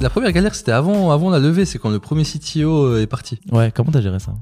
La première galère, c'était avant la levée, c'est quand le premier CTO est parti. Ouais, comment t'as géré ça?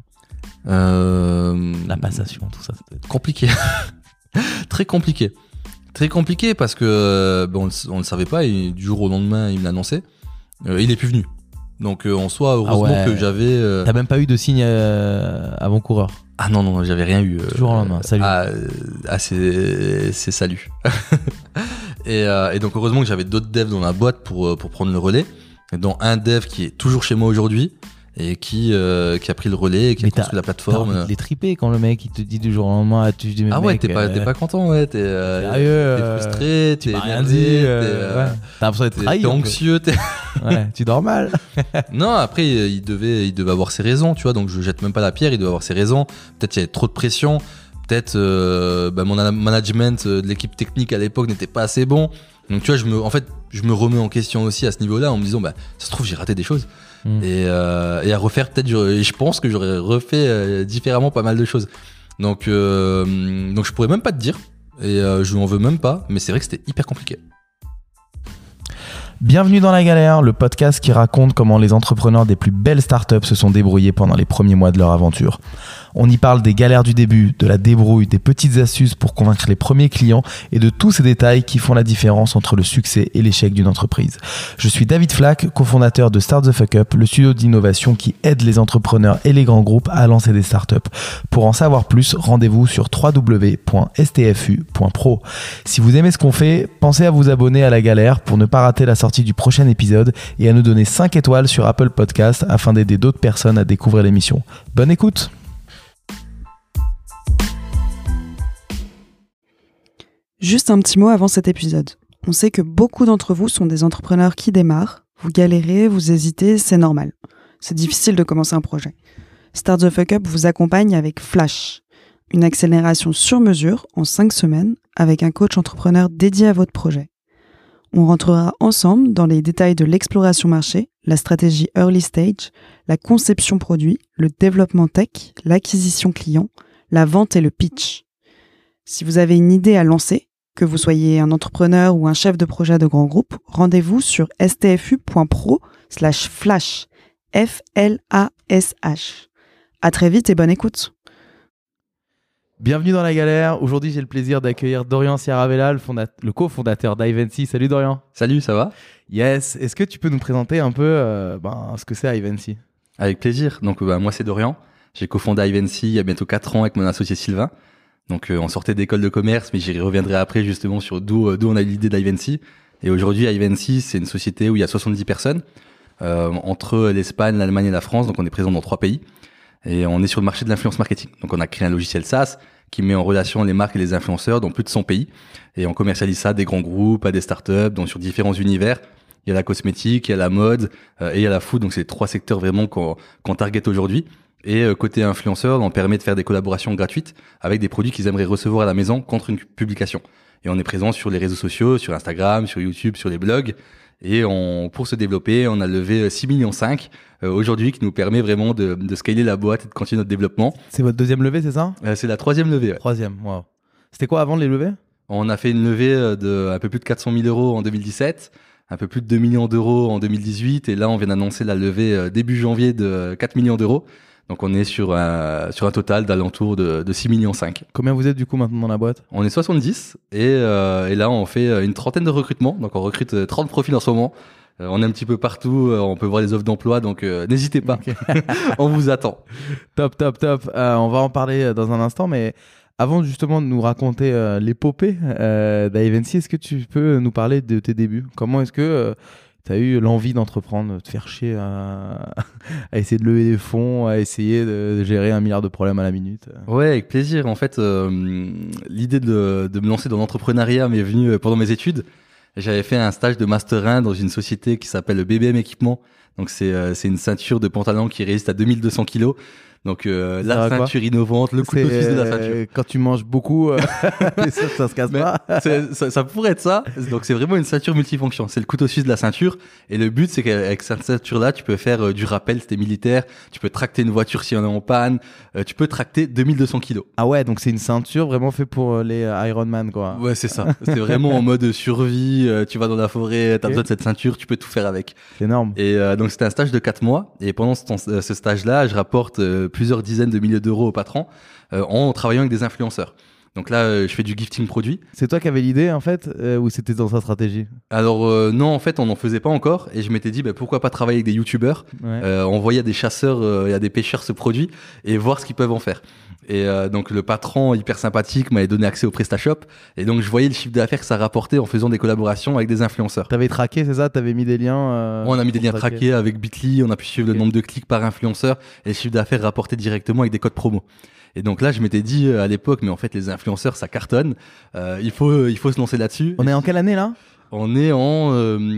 La passation, tout ça doit être compliqué. Très compliqué. Très compliqué parce que on le savait pas et du jour au lendemain, il me l'a annoncé. Il est plus venu. Donc en soi, heureusement que j'avais... T'as même pas eu de signe avant-coureur? Ah non, j'avais rien eu. Toujours au lendemain, salut. C'est salut. et donc heureusement que j'avais d'autres devs dans la boîte pour prendre le relais, dont un dev qui est toujours chez moi aujourd'hui et qui a pris le relais et qui a construit la plateforme. T'as envie de les triper quand le mec il te dit du jour au lendemain, tu dis mais ah ouais, mec, t'es pas content, ouais, t'es frustré, t'es rien dit, t'as l'impression d'être trahi, t'es anxieux, ouais, tu dors mal. Non, après il devait avoir ses raisons, tu vois, donc je jette même pas la pierre, il devait avoir ses raisons. Peut-être il y avait trop de pression, peut-être mon management de l'équipe technique à l'époque n'était pas assez bon. Donc tu vois, je me remets en question aussi à ce niveau-là en me disant ça se trouve j'ai raté des choses. Et à refaire peut-être je pense que j'aurais refait différemment pas mal de choses. Donc je pourrais même pas te dire et je n'en veux même pas, mais c'est vrai que c'était hyper compliqué. Bienvenue dans La Galère, le podcast qui raconte comment les entrepreneurs des plus belles startups se sont débrouillés pendant les premiers mois de leur aventure. On y parle des galères du début, de la débrouille, des petites astuces pour convaincre les premiers clients et de tous ces détails qui font la différence entre le succès et l'échec d'une entreprise. Je suis David Flack, cofondateur de Start the Fuck Up, le studio d'innovation qui aide les entrepreneurs et les grands groupes à lancer des startups. Pour en savoir plus, rendez-vous sur www.stfu.pro. Si vous aimez ce qu'on fait, pensez à vous abonner à La Galère pour ne pas rater la sortie du prochain épisode et à nous donner 5 étoiles sur Apple Podcast afin d'aider d'autres personnes à découvrir l'émission. Bonne écoute! Juste un petit mot avant cet épisode. On sait que beaucoup d'entre vous sont des entrepreneurs qui démarrent. Vous galérez, vous hésitez, c'est normal. C'est difficile de commencer un projet. Start the Fuck Up vous accompagne avec Flash, une accélération sur mesure en 5 semaines avec un coach entrepreneur dédié à votre projet. On rentrera ensemble dans les détails de l'exploration marché, la stratégie early stage, la conception produit, le développement tech, l'acquisition client, la vente et le pitch. Si vous avez une idée à lancer, que vous soyez un entrepreneur ou un chef de projet de grand groupe, rendez-vous sur stfu.pro/flash. F-L-A-S-H. À très vite et bonne écoute. Bienvenue dans La Galère. Aujourd'hui, j'ai le plaisir d'accueillir Dorian Sierravella, le cofondateur d'Ivancy. Salut Dorian. Salut, ça va? Yes. Est-ce que tu peux nous présenter un peu ce que c'est Ivancy? Avec plaisir. Donc moi c'est Dorian. J'ai cofondé Ivancy il y a bientôt 4 ans avec mon associé Sylvain. Donc on sortait d'école de commerce, mais j'y reviendrai après justement sur d'où on a eu l'idée d'Ivancy. Et aujourd'hui, Ivancy, c'est une société où il y a 70 personnes entre l'Espagne, l'Allemagne et la France. Donc on est présent dans 3 pays et on est sur le marché de l'influence marketing. Donc on a créé un logiciel SaaS qui met en relation les marques et les influenceurs dans plus de 100 pays et on commercialise ça à des grands groupes, à des startups, donc sur différents univers. Il y a la cosmétique, il y a la mode et il y a la food. Donc c'est les 3 secteurs vraiment qu'on target aujourd'hui. Et côté influenceur, on permet de faire des collaborations gratuites avec des produits qu'ils aimeraient recevoir à la maison contre une publication. Et on est présent sur les réseaux sociaux, sur Instagram, sur YouTube, sur les blogs. Et pour se développer, on a levé 6,5 millions aujourd'hui, qui nous permet vraiment de scaler la boîte et de continuer notre développement. C'est votre deuxième levée, c'est ça? C'est la 3e levée. Ouais. 3e, wow. C'était quoi avant les levées? On a fait une levée de un peu plus de 400 000 euros en 2017, un peu plus de 2 millions d'euros en 2018. Et là, on vient d'annoncer la levée début janvier de 4 millions d'euros. Donc on est sur un total d'alentour de 6,5 millions. Combien vous êtes du coup maintenant dans la boîte? On est 70 et là on fait une trentaine de recrutements. Donc on recrute 30 profils en ce moment. On est un petit peu partout, on peut voir les offres d'emploi, donc n'hésitez pas, okay. On vous attend. Top. On va en parler dans un instant, mais avant justement de nous raconter l'épopée d'Ivancy, est-ce que tu peux nous parler de tes débuts? Comment est-ce que tu as eu l'envie d'entreprendre, de te faire chier à essayer de lever des fonds, à essayer de gérer 1 milliard de problèmes à la minute? Ouais, avec plaisir. En fait, l'idée de me lancer dans l'entrepreneuriat m'est venue pendant mes études. J'avais fait un stage de Master 1 dans une société qui s'appelle BBM Équipement. Donc c'est une ceinture de pantalon qui résiste à 2200 kilos. Donc Ça la va quoi ceinture innovante, le couteau suisse de la ceinture. Quand tu manges beaucoup, t'es sûr que ça se casse Mais pas. ça pourrait être ça. Donc c'est vraiment une ceinture multifonction. C'est le couteau suisse de la ceinture. Et le but, c'est qu'avec cette ceinture-là, tu peux faire du rappel si t'es militaire. Tu peux tracter une voiture si on est en panne. Tu peux tracter 2200 kilos. Ah ouais, donc c'est une ceinture vraiment fait pour les Ironman, quoi. Ouais, c'est ça. C'est vraiment en mode survie. Tu vas dans la forêt, t'as Ok. besoin de cette ceinture, tu peux tout faire avec. C'est énorme. Et donc c'était un stage de 4 mois. Et pendant ce stage-là, je rapporte plusieurs dizaines de milliers d'euros au patron en travaillant avec des influenceurs. Donc là, je fais du gifting produit. C'est toi qui avais l'idée, en fait, ou c'était dans sa stratégie? Alors non, en fait, on n'en faisait pas encore. Et je m'étais dit, pourquoi pas travailler avec des youtubeurs, Ouais. envoyer à des chasseurs et à des pêcheurs ce produit et voir ce qu'ils peuvent en faire. Et donc le patron hyper sympathique m'avait donné accès au PrestaShop. Et donc je voyais le chiffre d'affaires que ça rapportait en faisant des collaborations avec des influenceurs. T'avais traqué, c'est ça? T'avais mis des liens On a mis des pour liens traqués avec Bitly, on a pu suivre Ok. le nombre de clics par influenceur et le chiffre d'affaires rapporté directement avec des codes promo. Et donc là, je m'étais dit à l'époque, mais en fait, les influenceurs, ça cartonne. Il faut se lancer là-dessus. On est en quelle année, là? On est en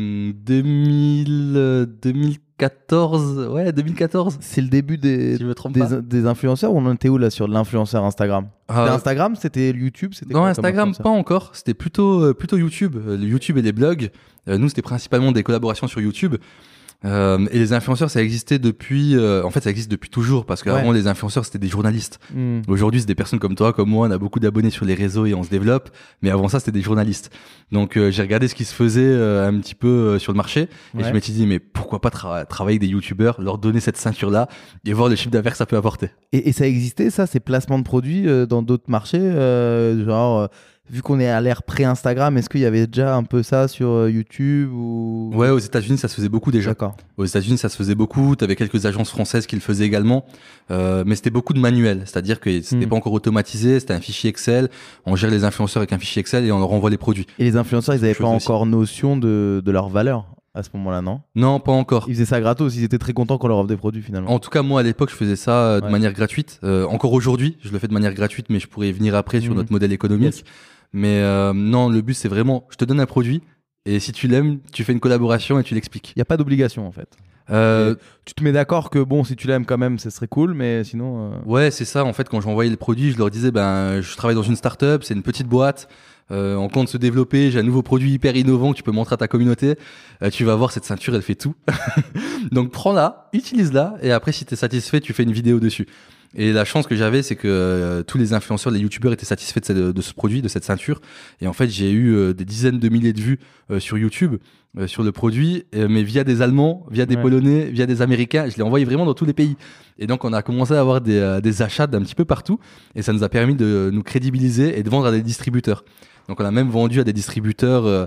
2014. Ouais, 2014. C'est le début Si je me trompe pas. des influenceurs, ou on en était où, là, sur l'influenceur Instagram? C'était Instagram, c'était YouTube, c'était Non, quoi comme Instagram, influenceur? pas encore. C'était plutôt YouTube. Le YouTube et les blogs. Nous, c'était principalement des collaborations sur YouTube. Et les influenceurs, ça existait depuis. En fait, ça existe depuis toujours parce qu'avant, Ouais. les influenceurs, c'était des journalistes. Hmm. Aujourd'hui, c'est des personnes comme toi, comme moi. On a beaucoup d'abonnés sur les réseaux et on se développe. Mais avant ça, c'était des journalistes. Donc, j'ai regardé ce qui se faisait un petit peu sur le marché et Ouais. je m'étais dit, mais pourquoi pas travailler avec des youtubeurs, leur donner cette ceinture-là et voir le chiffre d'affaires que ça peut apporter. Et ça existait, ça, ces placements de produits dans d'autres marchés vu qu'on est à l'ère pré-Instagram, est-ce qu'il y avait déjà un peu ça sur YouTube ou... Ouais, aux États-Unis, ça se faisait beaucoup déjà. D'accord. Aux États-Unis, ça se faisait beaucoup. T'avais quelques agences françaises qui le faisaient également, mais c'était beaucoup de manuel. C'est-à-dire que c'était pas encore automatisé. C'était un fichier Excel. On gère les influenceurs avec un fichier Excel et on leur envoie les produits. Et les influenceurs, ils n'avaient pas Chose aussi. encore notion de leur valeur à ce moment-là, non? Non, pas encore. Ils faisaient ça gratos, ils étaient très contents qu'on leur offre des produits finalement. En tout cas, moi, à l'époque, je faisais ça de Ouais. manière gratuite. Encore aujourd'hui, je le fais de manière gratuite, mais je pourrais y venir après sur Mhm. notre modèle économique. Yes. Mais non, le but, c'est vraiment, je te donne un produit et si tu l'aimes, tu fais une collaboration et tu l'expliques. Il n'y a pas d'obligation en fait. Tu te mets d'accord que bon, si tu l'aimes quand même, ce serait cool, mais sinon. Ouais, c'est ça. En fait, quand j'envoyais le produit, je leur disais, je travaille dans une start-up, c'est une petite boîte. On compte se développer. J'ai un nouveau produit hyper innovant que tu peux montrer à ta communauté. Tu vas voir, cette ceinture, elle fait tout. Donc, prends-la, utilise-la, et après, si t'es satisfait, tu fais une vidéo dessus. Et la chance que j'avais, c'est que tous les influenceurs, les youtubeurs étaient satisfaits de ce produit, de cette ceinture. Et en fait, j'ai eu des dizaines de milliers de vues sur YouTube sur le produit, mais via des Allemands, via des Ouais. Polonais, via des Américains. Je l'ai envoyé vraiment dans tous les pays. Et donc, on a commencé à avoir des achats d'un petit peu partout. Et ça nous a permis de nous crédibiliser et de vendre à des distributeurs. Donc, on a même vendu à des distributeurs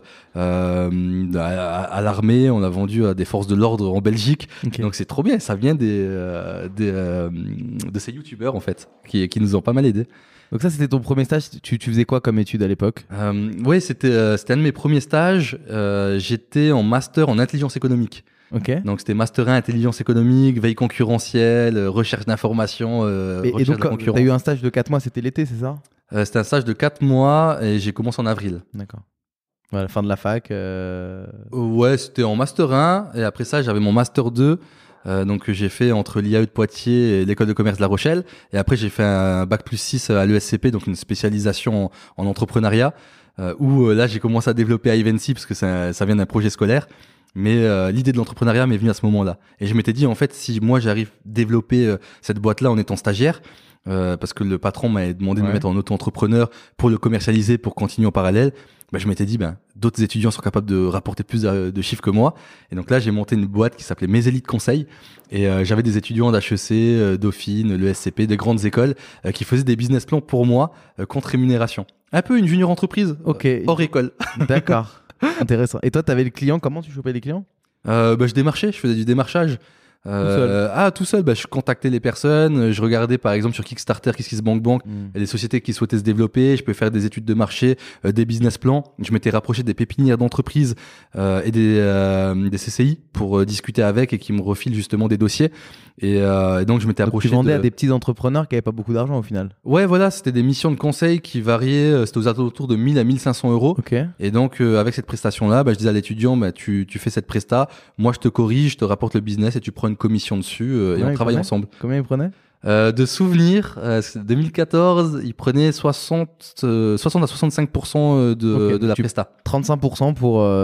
à l'armée. On a vendu à des forces de l'ordre en Belgique. Ok. Donc, c'est trop bien. Ça vient de ces youtubeurs, en fait, qui nous ont pas mal aidés. Donc ça, c'était ton premier stage. Tu faisais quoi comme étude à l'époque? Oui, c'était un de mes premiers stages. J'étais en master en intelligence économique. Ok. Donc, c'était master 1 intelligence économique, veille concurrentielle, recherche d'informations, Et recherche donc, de la tu concurrence. as eu un stage de 4 mois, c'était l'été, c'est ça? C'était un stage de 4 mois et j'ai commencé en avril. D'accord. Ouais, à la fin de la fac. Ouais, c'était en master 1 et après ça, j'avais mon master 2. Donc que j'ai fait entre l'IAE de Poitiers et l'école de commerce de La Rochelle. Et après, j'ai fait un bac plus 6 à l'ESCP, donc une spécialisation en entrepreneuriat, où là, j'ai commencé à développer Ivancy parce que ça vient d'un projet scolaire. Mais l'idée de l'entrepreneuriat m'est venue à ce moment-là. Et je m'étais dit, en fait, si moi, j'arrive à développer cette boîte-là en étant stagiaire, parce que le patron m'a demandé de me Ouais. mettre en auto-entrepreneur pour le commercialiser, pour continuer en parallèle, je m'étais dit, d'autres étudiants sont capables de rapporter plus de chiffres que moi. Et donc là, j'ai monté une boîte qui s'appelait Mes Élites Conseil. Et j'avais des étudiants d'HEC, Dauphine, l'ESCP, des grandes écoles, qui faisaient des business plans pour moi, contre rémunération. Un peu une junior entreprise, Ok. hors école. D'accord. Intéressant. Et toi, t'avais les clients. Comment tu chopais les clients? Je démarchais, je faisais du démarchage. Tout seul, je contactais les personnes, je regardais par exemple sur Kickstarter, KissKissBankBank, les sociétés qui souhaitaient se développer, je peux faire des études de marché, des business plans. Je m'étais rapproché des pépinières d'entreprises et des CCI pour discuter avec et qui me refilent justement des dossiers. Et donc je m'étais Donc, approché tu vendais de... à des petits entrepreneurs qui n'avaient pas beaucoup d'argent au final. Ouais, voilà, c'était des missions de conseil qui variaient, c'était aux alentours de 1000 à 1500 euros. Ok. Et donc, avec cette prestation-là, je disais à l'étudiant, tu fais cette presta, moi je te corrige, je te rapporte le business et tu prends une commission dessus et Ouais, on travaille combien ensemble. Combien ils prenaient? De souvenirs, 2014, il prenait 60 à 65% de la tu- presta. 35%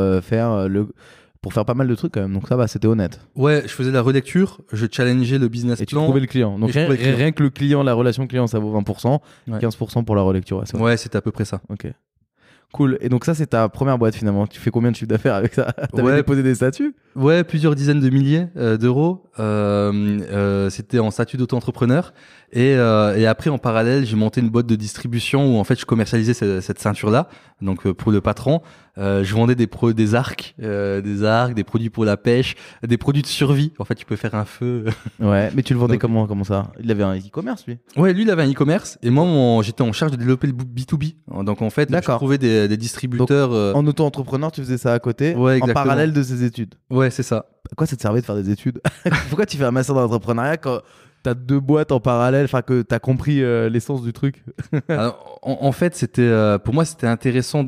pour faire pas mal de trucs quand même. Donc ça va, c'était honnête. Ouais, je faisais la relecture, je challengeais le business Et tu plan. trouvais le client. Donc Et je trouvais le client. rien que le client, la relation client, ça vaut 20%. Ouais. 15% pour la relecture. Ouais, c'est vrai. Ouais, c'était à peu près ça. Ok. Cool. Et donc ça, c'est ta première boîte finalement. Tu fais combien de chiffre d'affaires avec ça? T'avais Ouais. déposé des statuts? Ouais, plusieurs dizaines de milliers d'euros. C'était en statut d'auto-entrepreneur. Et après, en parallèle, j'ai monté une boîte de distribution où en fait, je commercialisais cette ceinture-là. Donc pour le patron, je vendais des arcs, des produits pour la pêche, des produits de survie. En fait, tu peux faire un feu. Ouais. Mais tu le vendais Donc- comment ça? Il avait un e-commerce lui. Ouais, lui, il avait un e-commerce et moi, j'étais en charge de développer le B2B. Donc en fait, je D'accord. trouvais des distributeurs. En auto-entrepreneur, tu faisais ça à côté, Ouais, en exactement. parallèle de ses études. Ouais, c'est ça. À quoi ça te servait de faire des études? Pourquoi tu fais un master d'entrepreneuriat quand t'as deux boîtes en parallèle, enfin que t'as compris l'essence du truc? Alors, en fait, pour moi, c'était intéressant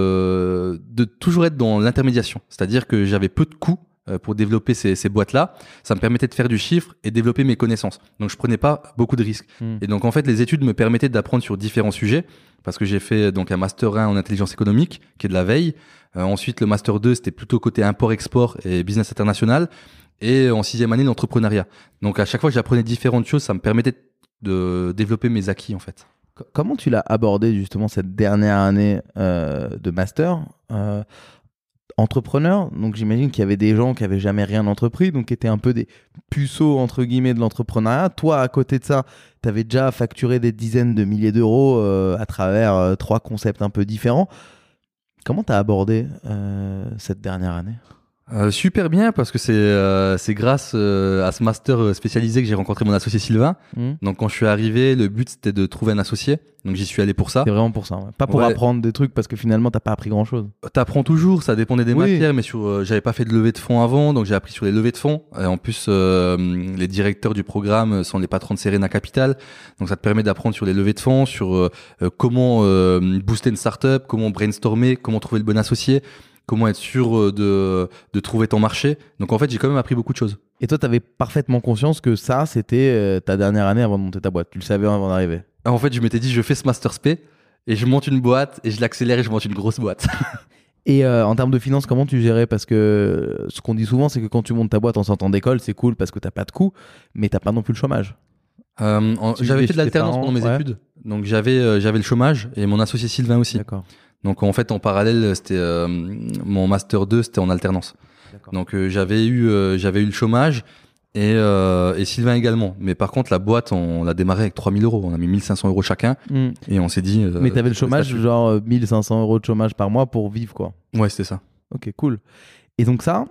de toujours être dans l'intermédiation. C'est-à-dire que j'avais peu de coûts pour développer ces boîtes-là. Ça me permettait de faire du chiffre et développer mes connaissances. Donc, je prenais pas beaucoup de risques. Et donc, en fait, les études me permettaient d'apprendre sur différents sujets parce que j'ai fait donc un master 1 en intelligence économique, qui est de la veille. Ensuite, le master 2, c'était plutôt côté import-export et business international. Et en 6e année, l'entrepreneuriat. Donc, à chaque fois que j'apprenais différentes choses, ça me permettait de développer mes acquis, en fait. Comment tu l'as abordé justement cette dernière année de master entrepreneur? Donc j'imagine qu'il y avait des gens qui avaient jamais rien entrepris, donc qui étaient un peu des puceaux entre guillemets de l'entrepreneuriat. Toi, à côté de ça, tu avais déjà facturé des dizaines de milliers d'euros à travers 3 concepts un peu différents. Comment tu as abordé cette dernière année? Super bien parce que c'est grâce à ce master spécialisé que j'ai rencontré mon associé Sylvain. Donc quand je suis arrivé, le but c'était de trouver un associé. Donc j'y suis allé pour ça. C'est vraiment pour ça, ouais. Pas pour Ouais. apprendre des trucs parce que finalement t'as pas appris grand chose. T'apprends toujours, ça dépendait des Oui. matières, mais j'avais pas fait de levée de fonds avant, donc j'ai appris sur les levées de fonds. Et en plus, les directeurs du programme sont les patrons de Serena Capital, donc ça te permet d'apprendre sur les levées de fonds, sur comment booster une startup, comment brainstormer, comment trouver le bon associé, comment être sûr de trouver ton marché. Donc en fait, j'ai quand même appris beaucoup de choses. Et toi, t'avais parfaitement conscience que ça, c'était ta dernière année avant de monter ta boîte. Tu le savais avant d'arriver. En fait, je m'étais dit, je fais ce master spé et je monte une boîte et je l'accélère et je monte une grosse boîte. Et en termes de finances, comment tu gérais? Parce que ce qu'on dit souvent, c'est que quand tu montes ta boîte en sortant d'école, c'est cool parce que t'as pas de coûts, mais t'as pas non plus le chômage. Tu J'avais vivais fait de chez tes l'alternance parents, pendant mes ouais. études, donc j'avais le chômage et mon associé Sylvain aussi. D'accord. Donc en fait, en parallèle, c'était mon master 2, c'était en alternance. D'accord. Donc j'avais eu le chômage et Sylvain également. Mais par contre, la boîte, on l'a démarré avec 3 000 euros. On a mis 1 500 euros chacun et on s'est dit. Mais t'avais le chômage, statut. genre 1 500 euros de chômage par mois pour vivre, quoi. Ouais, c'était ça. Ok, cool. Et donc ça,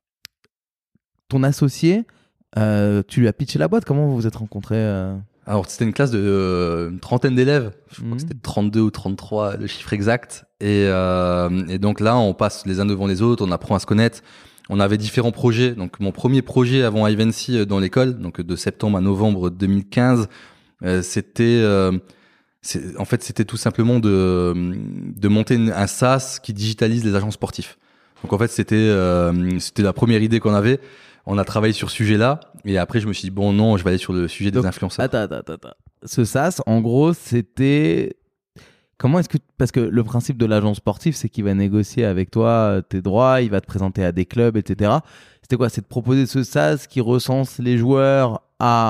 ton associé, tu lui as pitché la boîte. Comment vous vous êtes rencontrés Alors c'était une classe de une trentaine d'élèves. Je crois Mhm. que c'était 32 ou 33, le chiffre exact. Et donc là, on passe les uns devant les autres, on apprend à se connaître. On avait différents projets. Donc mon premier projet avant Ivancy dans l'école, donc de septembre à novembre 2015, c'était tout simplement de monter un SaaS qui digitalise les agents sportifs. Donc en fait c'était la première idée qu'on avait. On a travaillé sur ce sujet-là et après je me suis dit bon non, je vais aller sur le sujet des Donc, influenceurs. Attends. Ce SaaS, en gros, c'était... Comment est-ce que... Parce que le principe de l'agent sportif, c'est qu'il va négocier avec toi tes droits, il va te présenter à des clubs, etc. C'était quoi? C'est de proposer ce SaaS qui recense les joueurs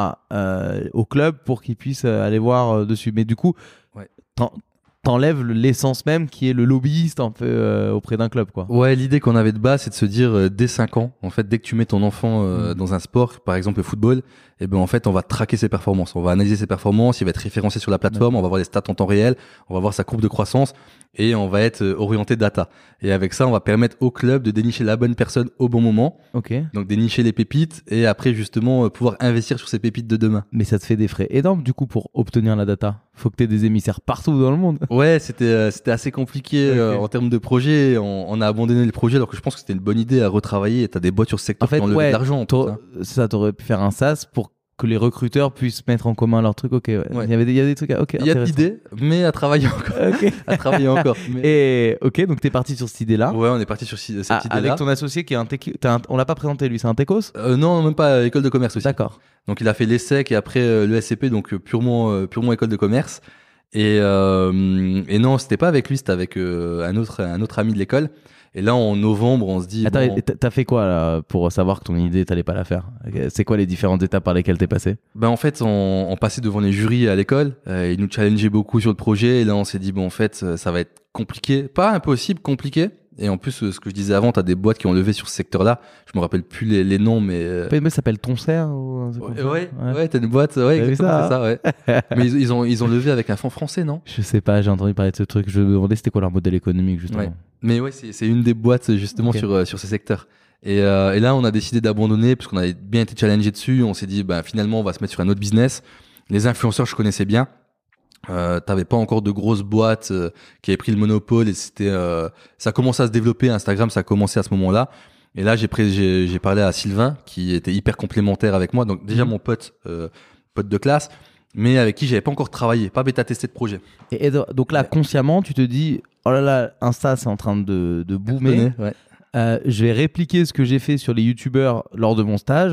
au club pour qu'ils puissent aller voir dessus. Mais du coup, Ouais. t'enlèves l'essence même qui est le lobbyiste un peu auprès d'un club, quoi. Ouais, l'idée qu'on avait de base, c'est de se dire dès 5 ans, en fait, dès que tu mets ton enfant dans un sport, par exemple le football, et ben en fait, on va traquer ses performances, on va analyser ses performances, il va être référencé sur la plateforme, on va voir les stats en temps réel, on va voir sa courbe de croissance et on va être orienté data. Et avec ça, on va permettre au club de dénicher la bonne personne au bon moment, Ok. donc dénicher les pépites et après justement pouvoir investir sur ces pépites de demain. Mais ça te fait des frais énormes, du coup, pour obtenir la data. Faut que tu aies des émissaires partout dans le monde. Ouais, c'était assez compliqué Ok. en termes de projet. On a abandonné le projet alors que je pense que c'était une bonne idée à retravailler. T'as des boîtes sur ce secteur En fait, qui ont levé ouais, de l'argent. pour ça. ça t'aurait pu faire un SaaS pour que les recruteurs puissent mettre en commun leurs trucs. Ok, ouais. Ouais. Il y a des trucs. Ok. Il y a de l'idée, mais à travailler encore. Ok. À travailler encore. Mais... Et ok, donc t'es parti sur cette idée-là. Ouais, on est parti sur cette idée-là. Avec ton associé qui est on l'a pas présenté lui, c'est un techos. Non, même pas école de commerce aussi. D'accord. Donc il a fait l'ESSEC et après le SCP, donc purement école de commerce. Et non, c'était pas avec lui, c'était avec un autre ami de l'école. Et là, en novembre, on se dit... Attends, bon, t'as fait quoi là, pour savoir que ton idée, t'allais pas la faire? C'est quoi les différentes étapes par lesquelles t'es passé? ben en fait, on passait devant les jurys à l'école. Ils nous challengeaient beaucoup sur le projet. Et là, on s'est dit, bon, en fait, ça va être compliqué. Pas impossible, compliqué. Et en plus, ce que je disais avant, t'as des boîtes qui ont levé sur ce secteur-là. Je me rappelle plus les noms, mais... Ça s'appelle Toncer ou... Ouais, t'as une boîte, ouais, exactement, c'est ça, ouais. Mais ils ont levé avec un fonds français, non? Je sais pas, j'ai entendu parler de ce truc. Je me demandais c'était quoi leur modèle économique, justement. Ouais. Mais ouais, c'est une des boîtes, justement, Ok. sur ces secteurs. Et là, on a décidé d'abandonner parce qu'on avait bien été challengé dessus. On s'est dit, bah, finalement, on va se mettre sur un autre business. Les influenceurs, je connaissais bien. T'avais pas encore de grosses boîtes qui avaient pris le monopole et c'était ça commençait à se développer. Instagram, ça a commencé à ce moment-là. Et là, j'ai parlé à Sylvain qui était hyper complémentaire avec moi. Donc déjà mon pote de classe, mais avec qui j'avais pas encore travaillé, pas bêta testé de projet. Et donc là, consciemment, tu te dis, oh là là, Insta, c'est en train de boomer. Ouais. Je vais répliquer ce que j'ai fait sur les youtubeurs lors de mon stage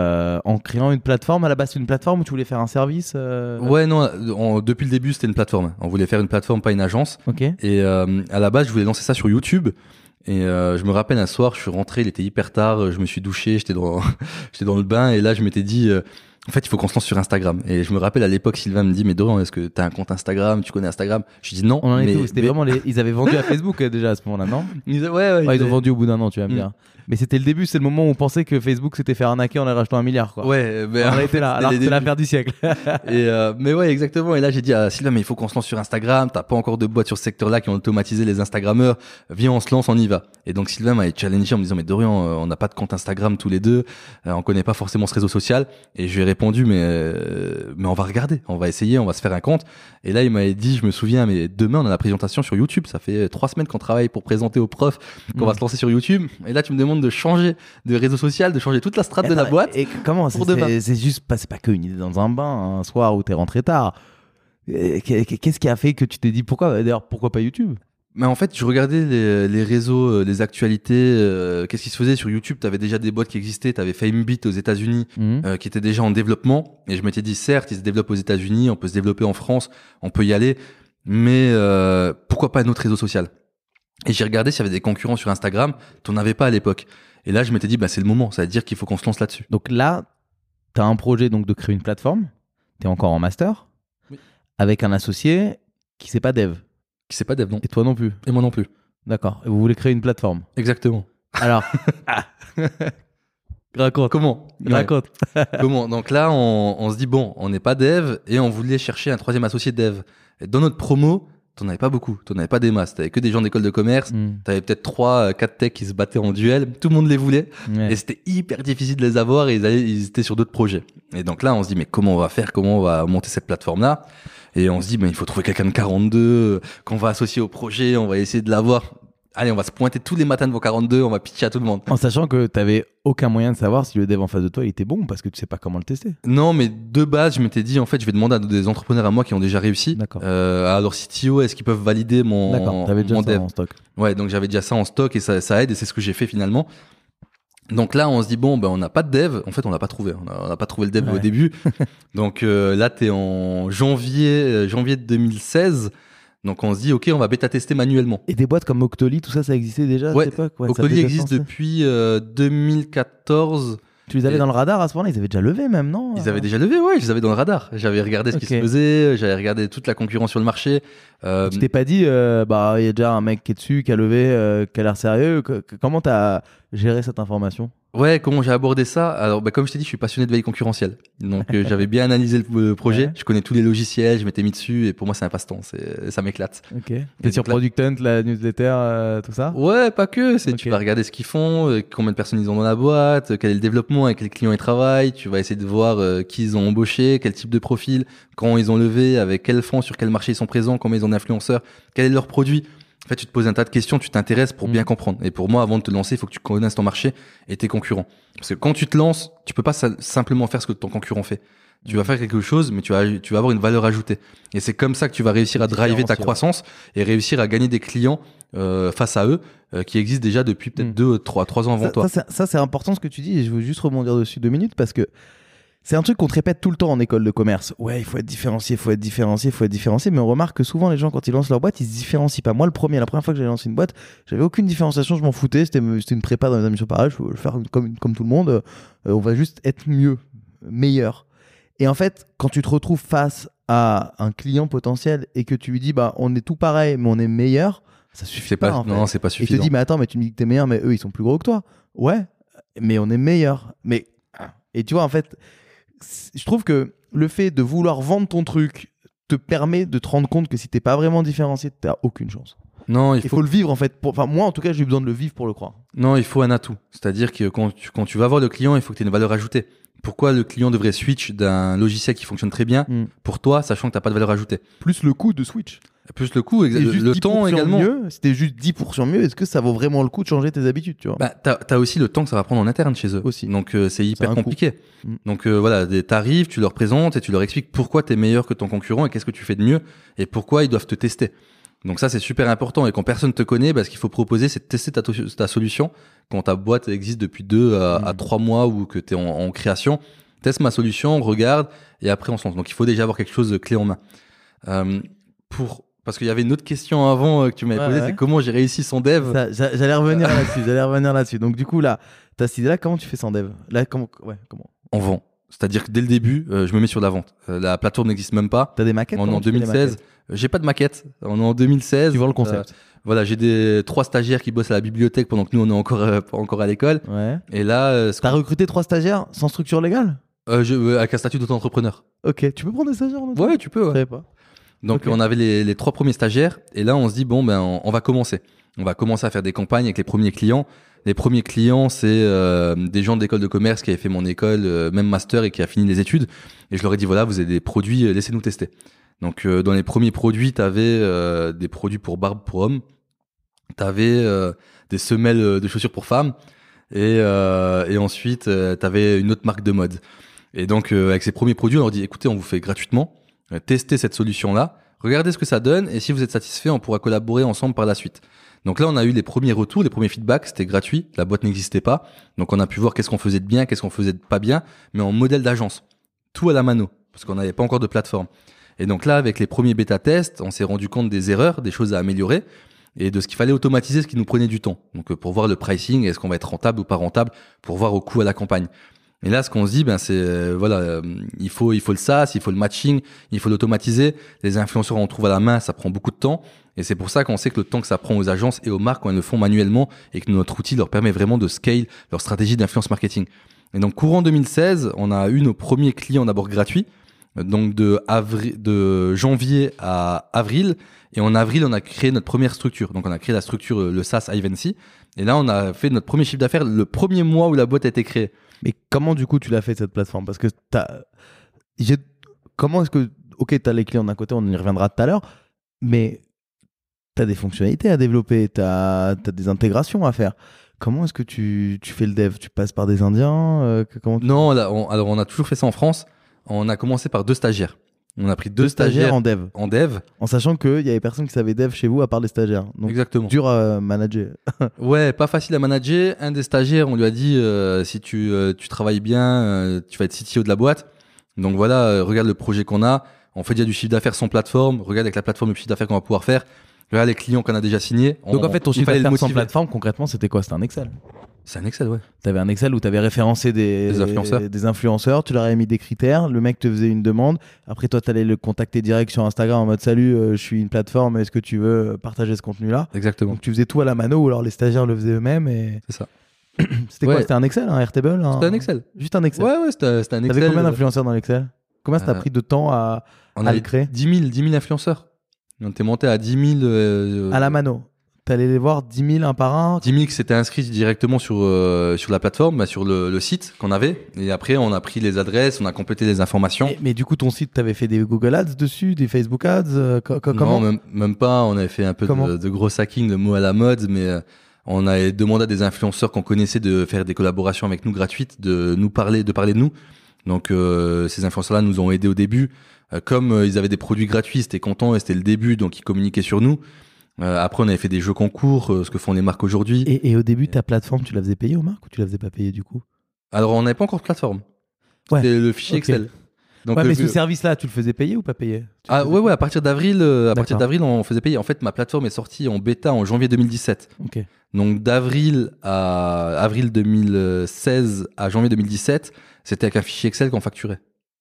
en créant une plateforme. À la base, c'est une plateforme où tu voulais faire un service Ouais, non, depuis le début, c'était une plateforme. On voulait faire une plateforme, pas une agence. Ok. Et à la base, je voulais lancer ça sur YouTube. Et je me rappelle un soir, je suis rentré, il était hyper tard, je me suis douché, j'étais dans le bain et là, je m'étais dit... en fait, il faut qu'on se lance sur Instagram. Et je me rappelle à l'époque, Sylvain me dit, mais Dorian, est-ce que t'as un compte Instagram? Tu connais Instagram? Je dis non. On en est mais, où? C'était vraiment ils avaient vendu à Facebook déjà à ce moment-là, non? Ouais, Ils ont vendu au bout d'un an, tu vas me dire. Mais c'était le début, c'est le moment où on pensait que Facebook s'était fait arnaquer en les rachetant 1 milliard, quoi. Ouais, mais On a été là, alors que c'est l'affaire du siècle. Et mais ouais, exactement. Et là, j'ai dit à Sylvain, mais il faut qu'on se lance sur Instagram. T'as pas encore de boîtes sur ce secteur-là qui ont automatisé les Instagrammeurs. Viens, on se lance, on y va. Et donc Sylvain m'a challengé en me disant, mais Dorian, on n'a pas de compte Instagram tous les deux. On connaît pas forcément ce réseau social. Et je lui ai répondu, mais on va regarder, on va essayer, on va se faire un compte. Et là, il m'avait dit, je me souviens, mais demain, on a la présentation sur YouTube. Ça fait 3 semaines qu'on travaille pour présenter aux profs qu'on va se lancer sur YouTube. Et là, tu me demandes de changer de réseau social, de changer toute la strate de la boîte. Et comment pour demain. c'est juste pas, c'est pas qu'une idée dans un bain un soir où t'es rentré tard. Qu'est-ce qui a fait que tu t'es dit pourquoi? D'ailleurs, pourquoi pas YouTube? Mais en fait, je regardais les réseaux, les actualités, qu'est-ce qui se faisait sur YouTube. T'avais déjà des boîtes qui existaient. T'avais FameBeat aux États-Unis qui était déjà en développement. Et je m'étais dit, certes, ils se développent aux États-Unis, on peut se développer en France, on peut y aller, mais pourquoi pas un autre réseau social? Et j'ai regardé s'il y avait des concurrents sur Instagram. T'en avais pas à l'époque. Et là, je m'étais dit, bah c'est le moment. Ça veut dire qu'il faut qu'on se lance là-dessus. Donc là, t'as un projet donc de créer une plateforme. T'es encore en master avec un associé qui c'est pas dev. Qui c'est pas dev, non. Et toi non plus. Et moi non plus. D'accord. Et vous voulez créer une plateforme. Exactement. Alors, raconte. Comment? Raconte. Comment? Donc là, on se dit, bon, on n'est pas dev et on voulait chercher un troisième associé dev. Et dans notre promo, t'en avais pas beaucoup. T'en avais pas des masses. T'avais que des gens d'école de commerce. T'avais peut-être 3, 4 techs qui se battaient en duel. Tout le monde les voulait. Ouais. Et c'était hyper difficile de les avoir et ils étaient sur d'autres projets. Et donc là, on se dit, mais comment on va faire? Comment on va monter cette plateforme-là? Et on se dit, mais il faut trouver quelqu'un de 42 qu'on va associer au projet. On va essayer de l'avoir. Allez, on va se pointer tous les matins devant 42. On va pitcher à tout le monde. En sachant que t'avais aucun moyen de savoir si le dev en face de toi il était bon parce que tu sais pas comment le tester. Non, mais de base, je m'étais dit, en fait, je vais demander à des entrepreneurs à moi qui ont déjà réussi. D'accord. À leur CTO, est-ce qu'ils peuvent valider mon D'accord. T'avais déjà mon ça dev? en stock. Ouais, donc j'avais déjà ça en stock et ça aide et c'est ce que j'ai fait finalement. Donc là, on se dit, bon, ben, on n'a pas de dev. En fait, on n'a pas trouvé. On n'a pas trouvé le dev au début. Donc là, t'es en janvier 2016. Donc on se dit, OK, on va bêta-tester manuellement. Et des boîtes comme Octoly, tout ça, ça existait déjà à Ouais, cette époque? Octoly existe depuis 2014. Tu les avais dans le radar à ce moment-là? Ils avaient déjà levé même, non? Ils avaient déjà levé, ouais, je les avais dans le radar. J'avais regardé ce qui se faisait, j'avais regardé toute la concurrence sur le marché. Tu t'es pas dit, bah, il y a déjà un mec qui est dessus, qui a levé, qui a l'air sérieux. Comment t'as géré cette information? Ouais, comment j'ai abordé ça? Alors, bah, comme je t'ai dit, je suis passionné de veille concurrentielle. Donc, j'avais bien analysé le projet. Ouais. Je connais tous les logiciels, je m'étais mis dessus et pour moi, c'est un passe-temps. Ça m'éclate. Ok. T'es sur Product Hunt, la newsletter, tout ça? Ouais, pas que. Tu vas regarder ce qu'ils font, combien de personnes ils ont dans la boîte, quel est le développement, avec quels clients ils travaillent. Tu vas essayer de voir qui ils ont embauché, quel type de profil, quand ils ont levé, avec quels fonds, sur quel marché ils sont présents, combien ils ont d'influenceurs, quel est leur produit. En fait, tu te poses un tas de questions, tu t'intéresses pour bien comprendre. Et pour moi, avant de te lancer, il faut que tu connaisses ton marché et tes concurrents. Parce que quand tu te lances, tu peux pas simplement faire ce que ton concurrent fait. Tu vas faire quelque chose, mais tu vas avoir une valeur ajoutée. Et c'est comme ça que tu vas réussir à driver ta croissance et réussir à gagner des clients face à eux qui existent déjà depuis peut-être 2-3 ans avant toi. Ça, c'est important ce que tu dis et je veux juste rebondir dessus 2 minutes parce que c'est un truc qu'on te répète tout le temps en école de commerce. Ouais, il faut être différencié, mais on remarque que souvent les gens quand ils lancent leur boîte, ils se différencient pas. Moi, la première fois que j'ai lancé une boîte, j'avais aucune différenciation, je m'en foutais, c'était une prépa dans les admissions pareilles, je veux le faire comme tout le monde, on va juste être meilleur. Et en fait, quand tu te retrouves face à un client potentiel et que tu lui dis bah on est tout pareil mais on est meilleur, ça suffit pas en fait. Non, c'est pas suffisant. Il te dit mais attends, mais tu me dis que t'es meilleur mais eux ils sont plus gros que toi. Ouais, mais on est meilleur. Et tu vois en fait, je trouve que le fait de vouloir vendre ton truc te permet de te rendre compte que si t'es pas vraiment différencié, t'as aucune chance. Non, il faut le vivre en fait. Enfin, moi en tout cas, j'ai eu besoin de le vivre pour le croire. Non, il faut un atout. C'est-à-dire que quand tu vas voir le client, il faut que tu aies une valeur ajoutée. Pourquoi le client devrait switch d'un logiciel qui fonctionne très bien pour toi, sachant que t'as pas de valeur ajoutée? Plus le coût de switch. Plus le coût, le temps également. Si t'es juste 10% mieux, est-ce que ça vaut vraiment le coup de changer tes habitudes, tu vois? Bah, t'as aussi le temps que ça va prendre en interne chez eux. Aussi. Donc, c'est hyper compliqué. Donc, voilà, t'arrives, tu leur présentes et tu leur expliques pourquoi t'es meilleur que ton concurrent et qu'est-ce que tu fais de mieux et pourquoi ils doivent te tester. Donc ça, c'est super important. Et quand personne te connaît, ce qu'il faut proposer, c'est de tester ta solution. Quand ta boîte existe depuis 2 à 3 mois ou que t'es en création, teste ma solution, regarde et après on se lance. Donc, il faut déjà avoir quelque chose de clé en main. Parce qu'il y avait une autre question avant que tu m'avais posée, c'est comment j'ai réussi sans dev. J'allais revenir là-dessus. Donc du coup, là, t'as cette idée-là, comment tu fais sans dev? Là, comment? On vend. C'est-à-dire que dès le début, je me mets sur la vente. La plateforme n'existe même pas. T'as des maquettes? On est en 2016. J'ai pas de maquette. On est en 2016. Tu vends le concept. Voilà, j'ai 3 stagiaires qui bossent à la bibliothèque pendant que nous, on est encore à l'école. Ouais. Et là... T'as recruté 3 stagiaires sans structure légale? Avec un statut d'auto-entrepreneur. Ok, tu peux prendre des stagiaires? Ouais, tu peux. Ouais. Je savais pas. Donc, on avait les 3 premiers stagiaires. Et là, on se dit, bon, on va commencer. On va commencer à faire des campagnes avec les premiers clients. Les premiers clients, c'est des gens de l'école de commerce qui avaient fait mon école, même master, et qui a fini les études. Et je leur ai dit, voilà, vous avez des produits, laissez-nous tester. Donc, dans les premiers produits, t'avais des produits pour barbe pour hommes. T'avais des semelles de chaussures pour femmes. Et ensuite, t'avais une autre marque de mode. Et donc, avec ces premiers produits, on leur dit, écoutez, on vous fait gratuitement. Tester cette solution-là, regardez ce que ça donne et si vous êtes satisfait, on pourra collaborer ensemble par la suite. Donc là, on a eu les premiers retours, les premiers feedbacks, c'était gratuit, la boîte n'existait pas. Donc on a pu voir qu'est-ce qu'on faisait de bien, qu'est-ce qu'on faisait de pas bien, mais en modèle d'agence. Tout à la mano, parce qu'on n'avait pas encore de plateforme. Et donc là, avec les premiers bêta-tests, on s'est rendu compte des erreurs, des choses à améliorer et de ce qu'il fallait automatiser, ce qui nous prenait du temps. Donc pour voir le pricing, est-ce qu'on va être rentable ou pas rentable, pour voir au coût à la campagne. Et là, ce qu'on se dit, c'est il faut le SaaS, il faut le matching, il faut l'automatiser. Les influenceurs, on trouve à la main, ça prend beaucoup de temps. Et c'est pour ça qu'on sait que le temps que ça prend aux agences et aux marques quand elles le font manuellement et que notre outil leur permet vraiment de scale leur stratégie d'influence marketing. Et donc, courant 2016, on a eu nos premiers clients d'abord gratuits. Donc, de janvier à avril. Et en avril, on a créé notre première structure. Donc, on a créé la structure, le SaaS Ivancy. Et là, on a fait notre premier chiffre d'affaires le premier mois où la boîte a été créée. Mais comment du coup tu l'as fait cette plateforme? Parce que comment est-ce que... Ok, tu as les clients d'un côté, on y reviendra tout à l'heure, mais tu as des fonctionnalités à développer, tu as des intégrations à faire. Comment est-ce que tu fais le dev? Tu passes par des Indiens? Non, alors on a toujours fait ça en France. On a commencé par 2 stagiaires. On a pris 2 stagiaires en dev. En sachant qu'il y avait personne qui savait dev chez vous à part les stagiaires. Donc, exactement. Dur à manager. Ouais, pas facile à manager. Un des stagiaires, on lui a dit si tu travailles bien, tu vas être CTO de la boîte. Donc voilà, regarde le projet qu'on a. On fait déjà du chiffre d'affaires sans plateforme. Regarde avec la plateforme le chiffre d'affaires qu'on va pouvoir faire. Regarde les clients qu'on a déjà signés. Donc en fait, ton chiffre d'affaires sans plateforme, concrètement, c'était quoi? C'était un Excel? C'est un Excel, ouais. T'avais un Excel où t'avais référencé des influenceurs, tu leur avais mis des critères, le mec te faisait une demande, après toi t'allais le contacter direct sur Instagram en mode salut, je suis une plateforme, est-ce que tu veux partager ce contenu-là? Exactement. Donc tu faisais tout à la mano ou alors les stagiaires le faisaient eux-mêmes et... C'est ça. C'était quoi? C'était un Excel, un Airtable? C'était un Excel. Juste un Excel? Ouais, c'était un Excel. T'avais combien d'influenceurs dans l'Excel? Combien ça t'a pris de temps à le créer? 10 000 influenceurs. On était monté à 10 000... À la mano. T'allais les voir 10 000 un par un? 10 000 qui s'étaient inscrits directement sur la plateforme, sur le site qu'on avait. Et après, on a pris les adresses, on a complété les informations. Mais du coup, ton site, t'avais fait des Google Ads dessus, des Facebook Ads, comment? Non, même pas. On avait fait un peu de gros hacking, le mot à la mode, mais on a demandé à des influenceurs qu'on connaissait de faire des collaborations avec nous gratuites, de parler de nous. Donc ces influenceurs-là nous ont aidés au début. Comme ils avaient des produits gratuits, ils étaient contents et c'était le début, donc ils communiquaient sur nous. Après, on avait fait des jeux concours, ce que font les marques aujourd'hui. Et au début, ta plateforme, tu la faisais payer aux marques ou tu la faisais pas payer du coup? Alors, on n'avait pas encore de plateforme. Ouais. C'était le fichier Excel. Donc, mais ce service-là, tu le faisais payer ou pas payer? Ouais, à partir d'avril, on faisait payer. En fait, ma plateforme est sortie en bêta en janvier 2017. Ok. Donc, d'avril à avril 2016 à janvier 2017, c'était avec un fichier Excel qu'on facturait.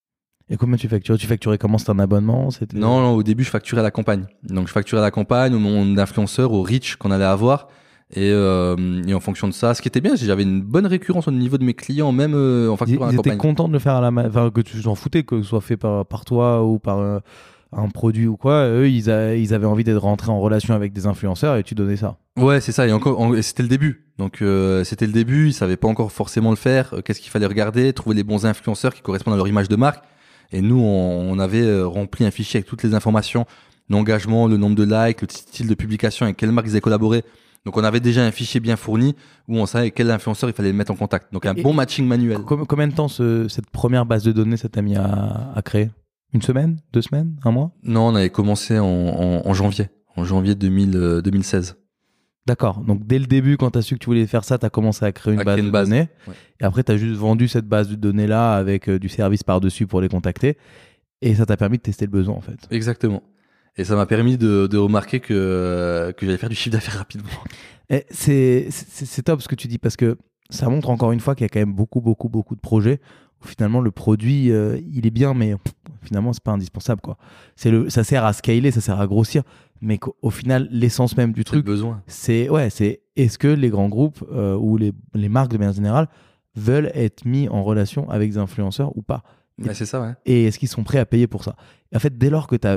Et combien tu facturais? Tu facturais comment? C'était un abonnement? Non, au début, je facturais à la campagne. Donc, je facturais à la campagne, au nombre d'influenceurs, au reach qu'on allait avoir. Et en fonction de ça, ce qui était bien, j'avais une bonne récurrence au niveau de mes clients, même en facturant à la campagne. Ils étaient contents de le faire que tu t'en foutais, que ce soit fait par toi ou par un produit ou quoi. Eux, ils avaient envie d'être rentrés en relation avec des influenceurs et tu donnais ça. Ouais, c'est ça. Et c'était le début. Donc, c'était le début. Ils savaient pas encore forcément le faire. Qu'est-ce qu'il fallait regarder, trouver les bons influenceurs qui correspondent à leur image de marque. Et nous, on avait rempli un fichier avec toutes les informations, l'engagement, le nombre de likes, le style de publication, avec quelle marque ils avaient collaboré. Donc, on avait déjà un fichier bien fourni où on savait quel influenceur il fallait mettre en contact. Donc, bon matching manuel. Combien de temps cette première base de données, ça t'a mis à créer? Une semaine? 2 semaines? Un mois? Non, on avait commencé en janvier. En janvier 2016. D'accord. Donc, dès le début, quand tu as su que tu voulais faire ça, tu as commencé à créer une base de données. Ouais. Et après, tu as juste vendu cette base de données-là avec du service par-dessus pour les contacter. Et ça t'a permis de tester le besoin, en fait. Exactement. Et ça m'a permis de remarquer que j'allais faire du chiffre d'affaires rapidement. Et c'est top ce que tu dis, parce que ça montre encore une fois qu'il y a quand même beaucoup de projets où finalement le produit, il est bien, mais finalement, c'est pas indispensable, quoi. Ça sert à scaler, ça sert à grossir. Mais qu'au final, l'essence même du truc, c'est est-ce que les grands groupes ou les marques de manière générale veulent être mis en relation avec des influenceurs ou pas? C'est ça, ouais. Et est-ce qu'ils sont prêts à payer pour ça? Et en fait, dès lors que tu as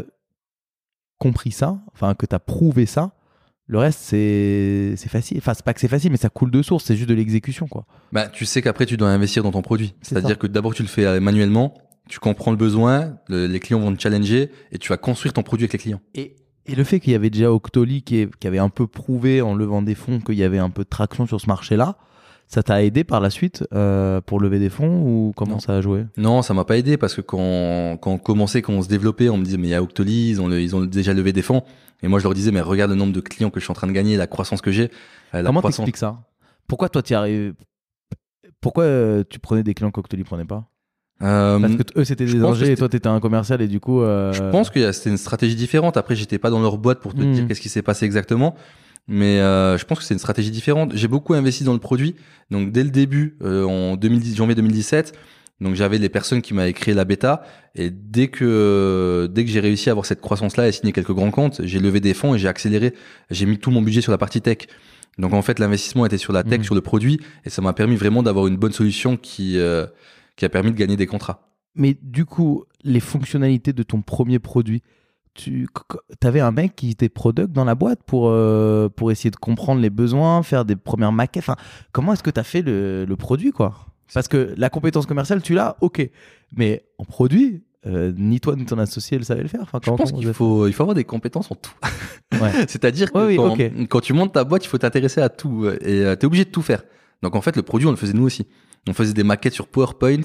compris ça, enfin que tu as prouvé ça, le reste, c'est facile. Enfin, c'est pas que c'est facile, mais ça coule de source, c'est juste de l'exécution, quoi. Bah, tu sais qu'après, tu dois investir dans ton produit. C'est-à-dire que d'abord, tu le fais manuellement, tu comprends le besoin, les clients vont te challenger et tu vas construire ton produit avec les clients. Et le fait qu'il y avait déjà Octoly qui avait un peu prouvé en levant des fonds qu'il y avait un peu de traction sur ce marché-là, ça t'a aidé par la suite pour lever des fonds ou comment ça a joué? Non, ça m'a pas aidé parce que quand on commençait, quand on se développait, on me disait mais il y a Octoly, ils ont déjà levé des fonds. Et moi je leur disais mais regarde le nombre de clients que je suis en train de gagner, la croissance que j'ai. Comment t'expliques ça? Pourquoi toi t'y arrives? Pourquoi tu prenais des clients qu'Octoly prenait pas? Parce que eux c'était des ingés et toi t'étais un commercial et du coup je pense que c'était une stratégie différente. Après j'étais pas dans leur boîte pour te dire qu'est-ce qui s'est passé exactement, mais je pense que c'est une stratégie différente. J'ai beaucoup investi dans le produit, donc dès le début en janvier 2017, donc j'avais les personnes qui m'avaient créé la bêta et dès que j'ai réussi à avoir cette croissance là et signé quelques grands comptes, j'ai levé des fonds et j'ai accéléré, j'ai mis tout mon budget sur la partie tech. Donc en fait l'investissement était sur la tech, sur le produit, et ça m'a permis vraiment d'avoir une bonne solution qui a permis de gagner des contrats. Mais du coup, les fonctionnalités de ton premier produit, tu avais un mec qui était product dans la boîte pour essayer de comprendre les besoins, faire des premières maquettes. Enfin, comment est-ce que tu as fait le produit, quoi? Parce que la compétence commerciale, tu l'as, ok. Mais en produit, ni toi ni ton associé le savaient le faire. Enfin, je pense qu'il faut avoir des compétences en tout. Ouais. C'est-à-dire que quand tu montes ta boîte, il faut t'intéresser à tout et tu es obligé de tout faire. Donc en fait, le produit, on le faisait nous aussi. On faisait des maquettes sur PowerPoint.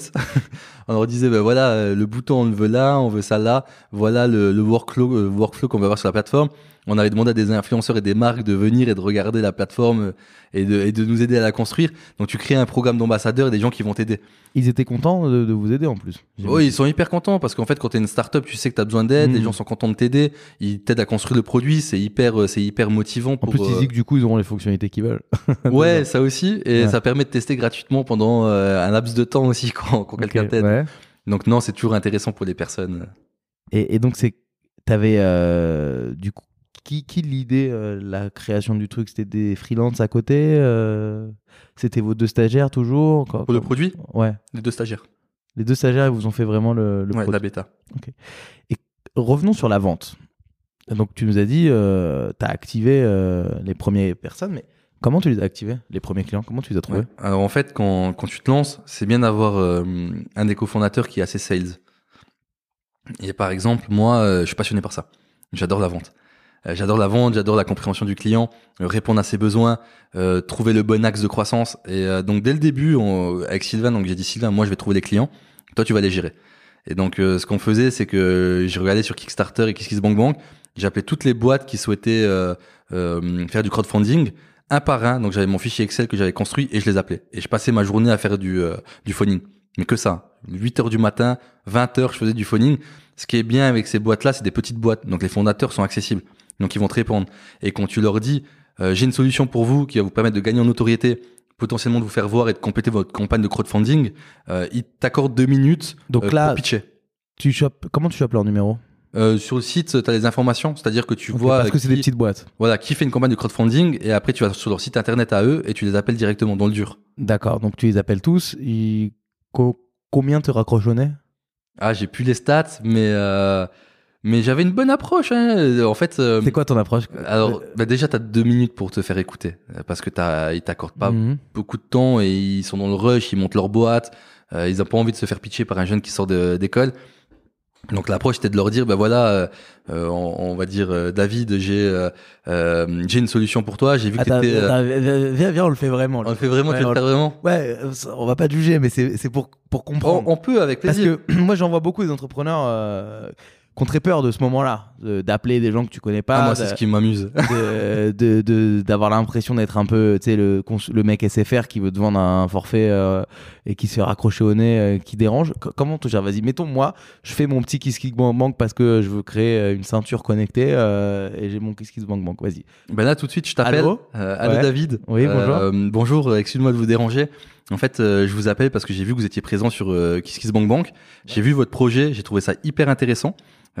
On leur disait, ben voilà, le bouton, on le veut là, on veut ça là. Voilà le workflow qu'on va avoir sur la plateforme. On avait demandé à des influenceurs et des marques de venir et de regarder la plateforme et de nous aider à la construire. Donc tu crées un programme d'ambassadeurs et des gens qui vont t'aider. Ils étaient contents de vous aider en plus. Oui, ils sont hyper contents parce qu'en fait, quand tu es une startup, tu sais que tu as besoin d'aide, les gens sont contents de t'aider, ils t'aident à construire le produit, c'est hyper motivant. En plus, ils disent que du coup, ils auront les fonctionnalités qu'ils veulent. Ouais, ça aussi. Et ça permet de tester gratuitement pendant un laps de temps aussi quand quelqu'un t'aide. Ouais. Donc non, c'est toujours intéressant pour les personnes. Et donc, t'avais du coup, qui l'idée, la création du truc? C'était des freelances à côté? C'était vos 2 stagiaires toujours? Pour le produit? Ouais. Les 2 stagiaires. Les 2 stagiaires, ils vous ont fait vraiment le produit. La bêta. Ok. Et revenons sur la vente. Donc tu nous as dit, tu as activé les premières personnes, mais comment tu les as activés, les premiers clients? Comment tu les as trouvés? Ouais. Alors en fait, quand tu te lances, c'est bien d'avoir un des cofondateurs qui est assez sales. Et par exemple, moi, je suis passionné par ça. J'adore la vente. J'adore la vente, j'adore la compréhension du client, répondre à ses besoins, trouver le bon axe de croissance. Et donc dès le début, avec Sylvain, donc j'ai dit Sylvain, moi je vais trouver les clients, toi tu vas les gérer. Et donc ce qu'on faisait, c'est que je regardais sur Kickstarter et KissKissBankBank, j'appelais toutes les boîtes qui souhaitaient faire du crowdfunding un par un. Donc j'avais mon fichier Excel que j'avais construit et je les appelais. Et je passais ma journée à faire du phoning. Mais que ça. 8h du matin, 20h, je faisais du phoning. Ce qui est bien avec ces boîtes-là, c'est des petites boîtes. Donc les fondateurs sont accessibles. Donc ils vont te répondre. Et quand tu leur dis, j'ai une solution pour vous qui va vous permettre de gagner en notoriété, potentiellement de vous faire voir et de compléter votre campagne de crowdfunding, ils t'accordent 2 minutes Donc là, pour pitcher. Comment tu chopes leur numéro? Sur le site, tu as les informations, c'est-à-dire que tu vois parce que c'est des petites boîtes. Voilà, qui fait une campagne de crowdfunding et après tu vas sur leur site internet à eux et tu les appelles directement dans le dur. D'accord, donc tu les appelles tous. Combien te raccrochent au nez? Ah, j'ai plus les stats, mais j'avais une bonne approche. Hein. En fait, C'est quoi ton approche? alors déjà t'as 2 minutes pour te faire écouter parce que ils t'accordent pas beaucoup de temps et ils sont dans le rush, ils montent leur boîte, ils ont pas envie de se faire pitcher par un jeune qui sort d'école. Donc l'approche c'était de leur dire voilà on va dire David j'ai une solution pour toi, j'ai vu que t'étais viens on le fait vraiment. on le fait vraiment, tu veux le faire vraiment? Ouais, on va pas te juger, mais c'est pour comprendre. On peut avec plaisir. Parce que moi j'en vois beaucoup des entrepreneurs qui ont très peur de ce moment-là, d'appeler des gens que tu connais pas. Ah, moi c'est ce qui m'amuse. D'avoir l'impression d'être un peu, tu sais, le mec SFR qui veut te vendre un forfait et qui se fait raccrocher au nez, qui dérange. Comment tu gères? Vas-y, mettons moi, je fais mon petit KissKissBankBank parce que je veux créer une ceinture connectée et j'ai mon KissKissBankBank. Vas-y. Ben là tout de suite je t'appelle. Allô, allô David. Oui, bonjour. Bonjour, excuse-moi de vous déranger. En fait, je vous appelle parce que j'ai vu que vous étiez présent sur KissKissBankBank. J'ai vu votre projet, j'ai trouvé ça hyper intéressant.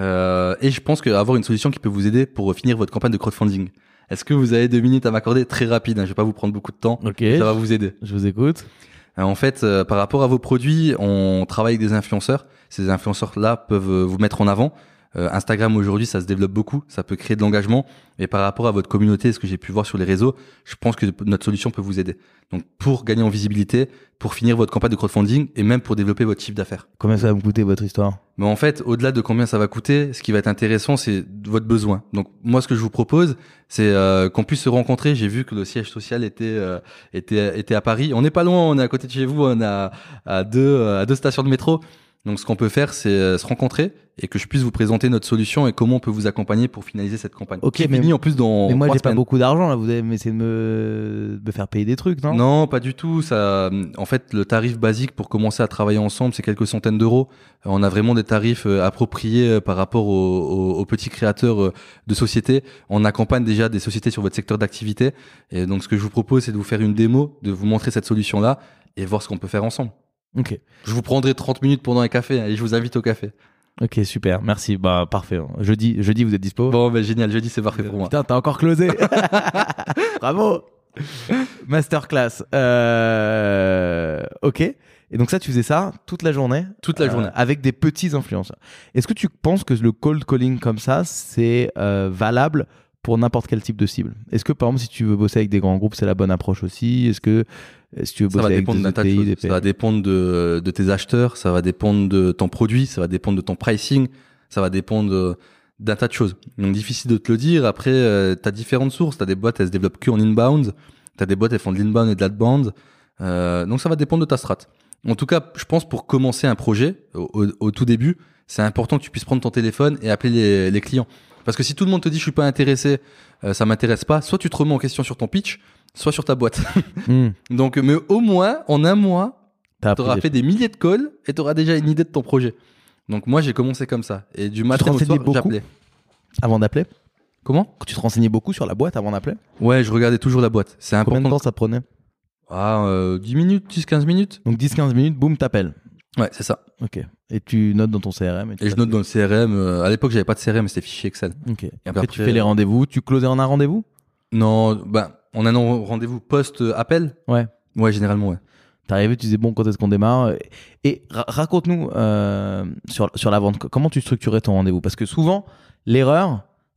Et je pense qu'avoir une solution qui peut vous aider pour finir votre campagne de crowdfunding. Est-ce que vous avez 2 minutes à m'accorder? Très rapide, hein, je vais pas vous prendre beaucoup de temps. Ok. Ça va vous aider. Je vous écoute. En fait, par rapport à vos produits, on travaille avec des influenceurs. Ces influenceurs-là peuvent vous mettre en avant. Instagram aujourd'hui, ça se développe beaucoup, ça peut créer de l'engagement. Et par rapport à votre communauté, ce que j'ai pu voir sur les réseaux, je pense que notre solution peut vous aider. Donc pour gagner en visibilité, pour finir votre campagne de crowdfunding et même pour développer votre chiffre d'affaires. Combien ça va me coûter votre histoire? Mais en fait, au-delà de combien ça va coûter, ce qui va être intéressant, c'est votre besoin. Donc moi, ce que je vous propose, c'est qu'on puisse se rencontrer. J'ai vu que le siège social était à Paris. On n'est pas loin, on est à côté de chez vous, on est à deux stations de métro. Donc ce qu'on peut faire, c'est se rencontrer et que je puisse vous présenter notre solution et comment on peut vous accompagner pour finaliser cette campagne. Ok, mais en plus dans mais moi 3 j'ai semaines. pas beaucoup d'argent là. Vous allez essayer de me faire payer des trucs, non? Non, pas du tout. Ça, en fait, le tarif basique pour commencer à travailler ensemble, c'est quelques centaines d'euros. On a vraiment des tarifs appropriés par rapport aux petits créateurs de sociétés. On accompagne déjà des sociétés sur votre secteur d'activité. Et donc, ce que je vous propose, c'est de vous faire une démo, de vous montrer cette solution-là et voir ce qu'on peut faire ensemble. Ok. Je vous prendrai 30 minutes pendant un café et je vous invite au café. Ok, super, merci. Bah parfait. Jeudi, vous êtes dispo? Bon, ben génial. Jeudi, c'est parfait pour moi. Putain, t'as encore closé. Bravo. Masterclass. Ok. Et donc ça, tu faisais ça toute la journée? Toute la journée. Avec des petits influenceurs. Est-ce que tu penses que le cold calling comme ça, c'est valable pour n'importe quel type de cible? Est-ce que par exemple, si tu veux bosser avec des grands groupes, c'est la bonne approche aussi? Est-ce que si tu veux bosser avec des ETI, ça va dépendre de tes acheteurs, ça va dépendre de ton produit, ça va dépendre de ton pricing, ça va dépendre d'un tas de choses. Donc difficile de te le dire. Après, t'as différentes sources. T'as des boîtes, elles se développent que en inbound. T'as des boîtes, elles font de l'inbound et de l'outbound. Donc ça va dépendre de ta strat. En tout cas, je pense pour commencer un projet, au tout début, c'est important que tu puisses prendre ton téléphone et appeler les clients. Parce que si tout le monde te dit je suis pas intéressé, ça m'intéresse pas, soit tu te remets en question sur ton pitch, soit sur ta boîte. Donc, mais au moins, en un mois, t'auras fait des milliers de calls et t'auras déjà une idée de ton projet. Donc moi, j'ai commencé comme ça. Et du matin au soir, j'appelais. Avant d'appeler? Comment? Tu te renseignais beaucoup sur la boîte avant d'appeler? Ouais, je regardais toujours la boîte. C'est important. Combien de temps ça prenait? 10 minutes, 10-15 minutes. Donc 10-15 minutes, boum, t'appelles. Ouais, c'est ça. Ok. Et tu notes dans ton CRM. Et je note dans le CRM. À l'époque, j'avais pas de CRM, c'était fichier Excel. Ok. Et après, tu fais les rendez-vous. Tu closais en un rendez-vous? Non, on a un rendez-vous post-appel. Ouais. Ouais, généralement, ouais. T'arrivais, tu disais bon, quand est-ce qu'on démarre? Et raconte-nous sur la vente, comment tu structurais ton rendez-vous? Parce que souvent, l'erreur,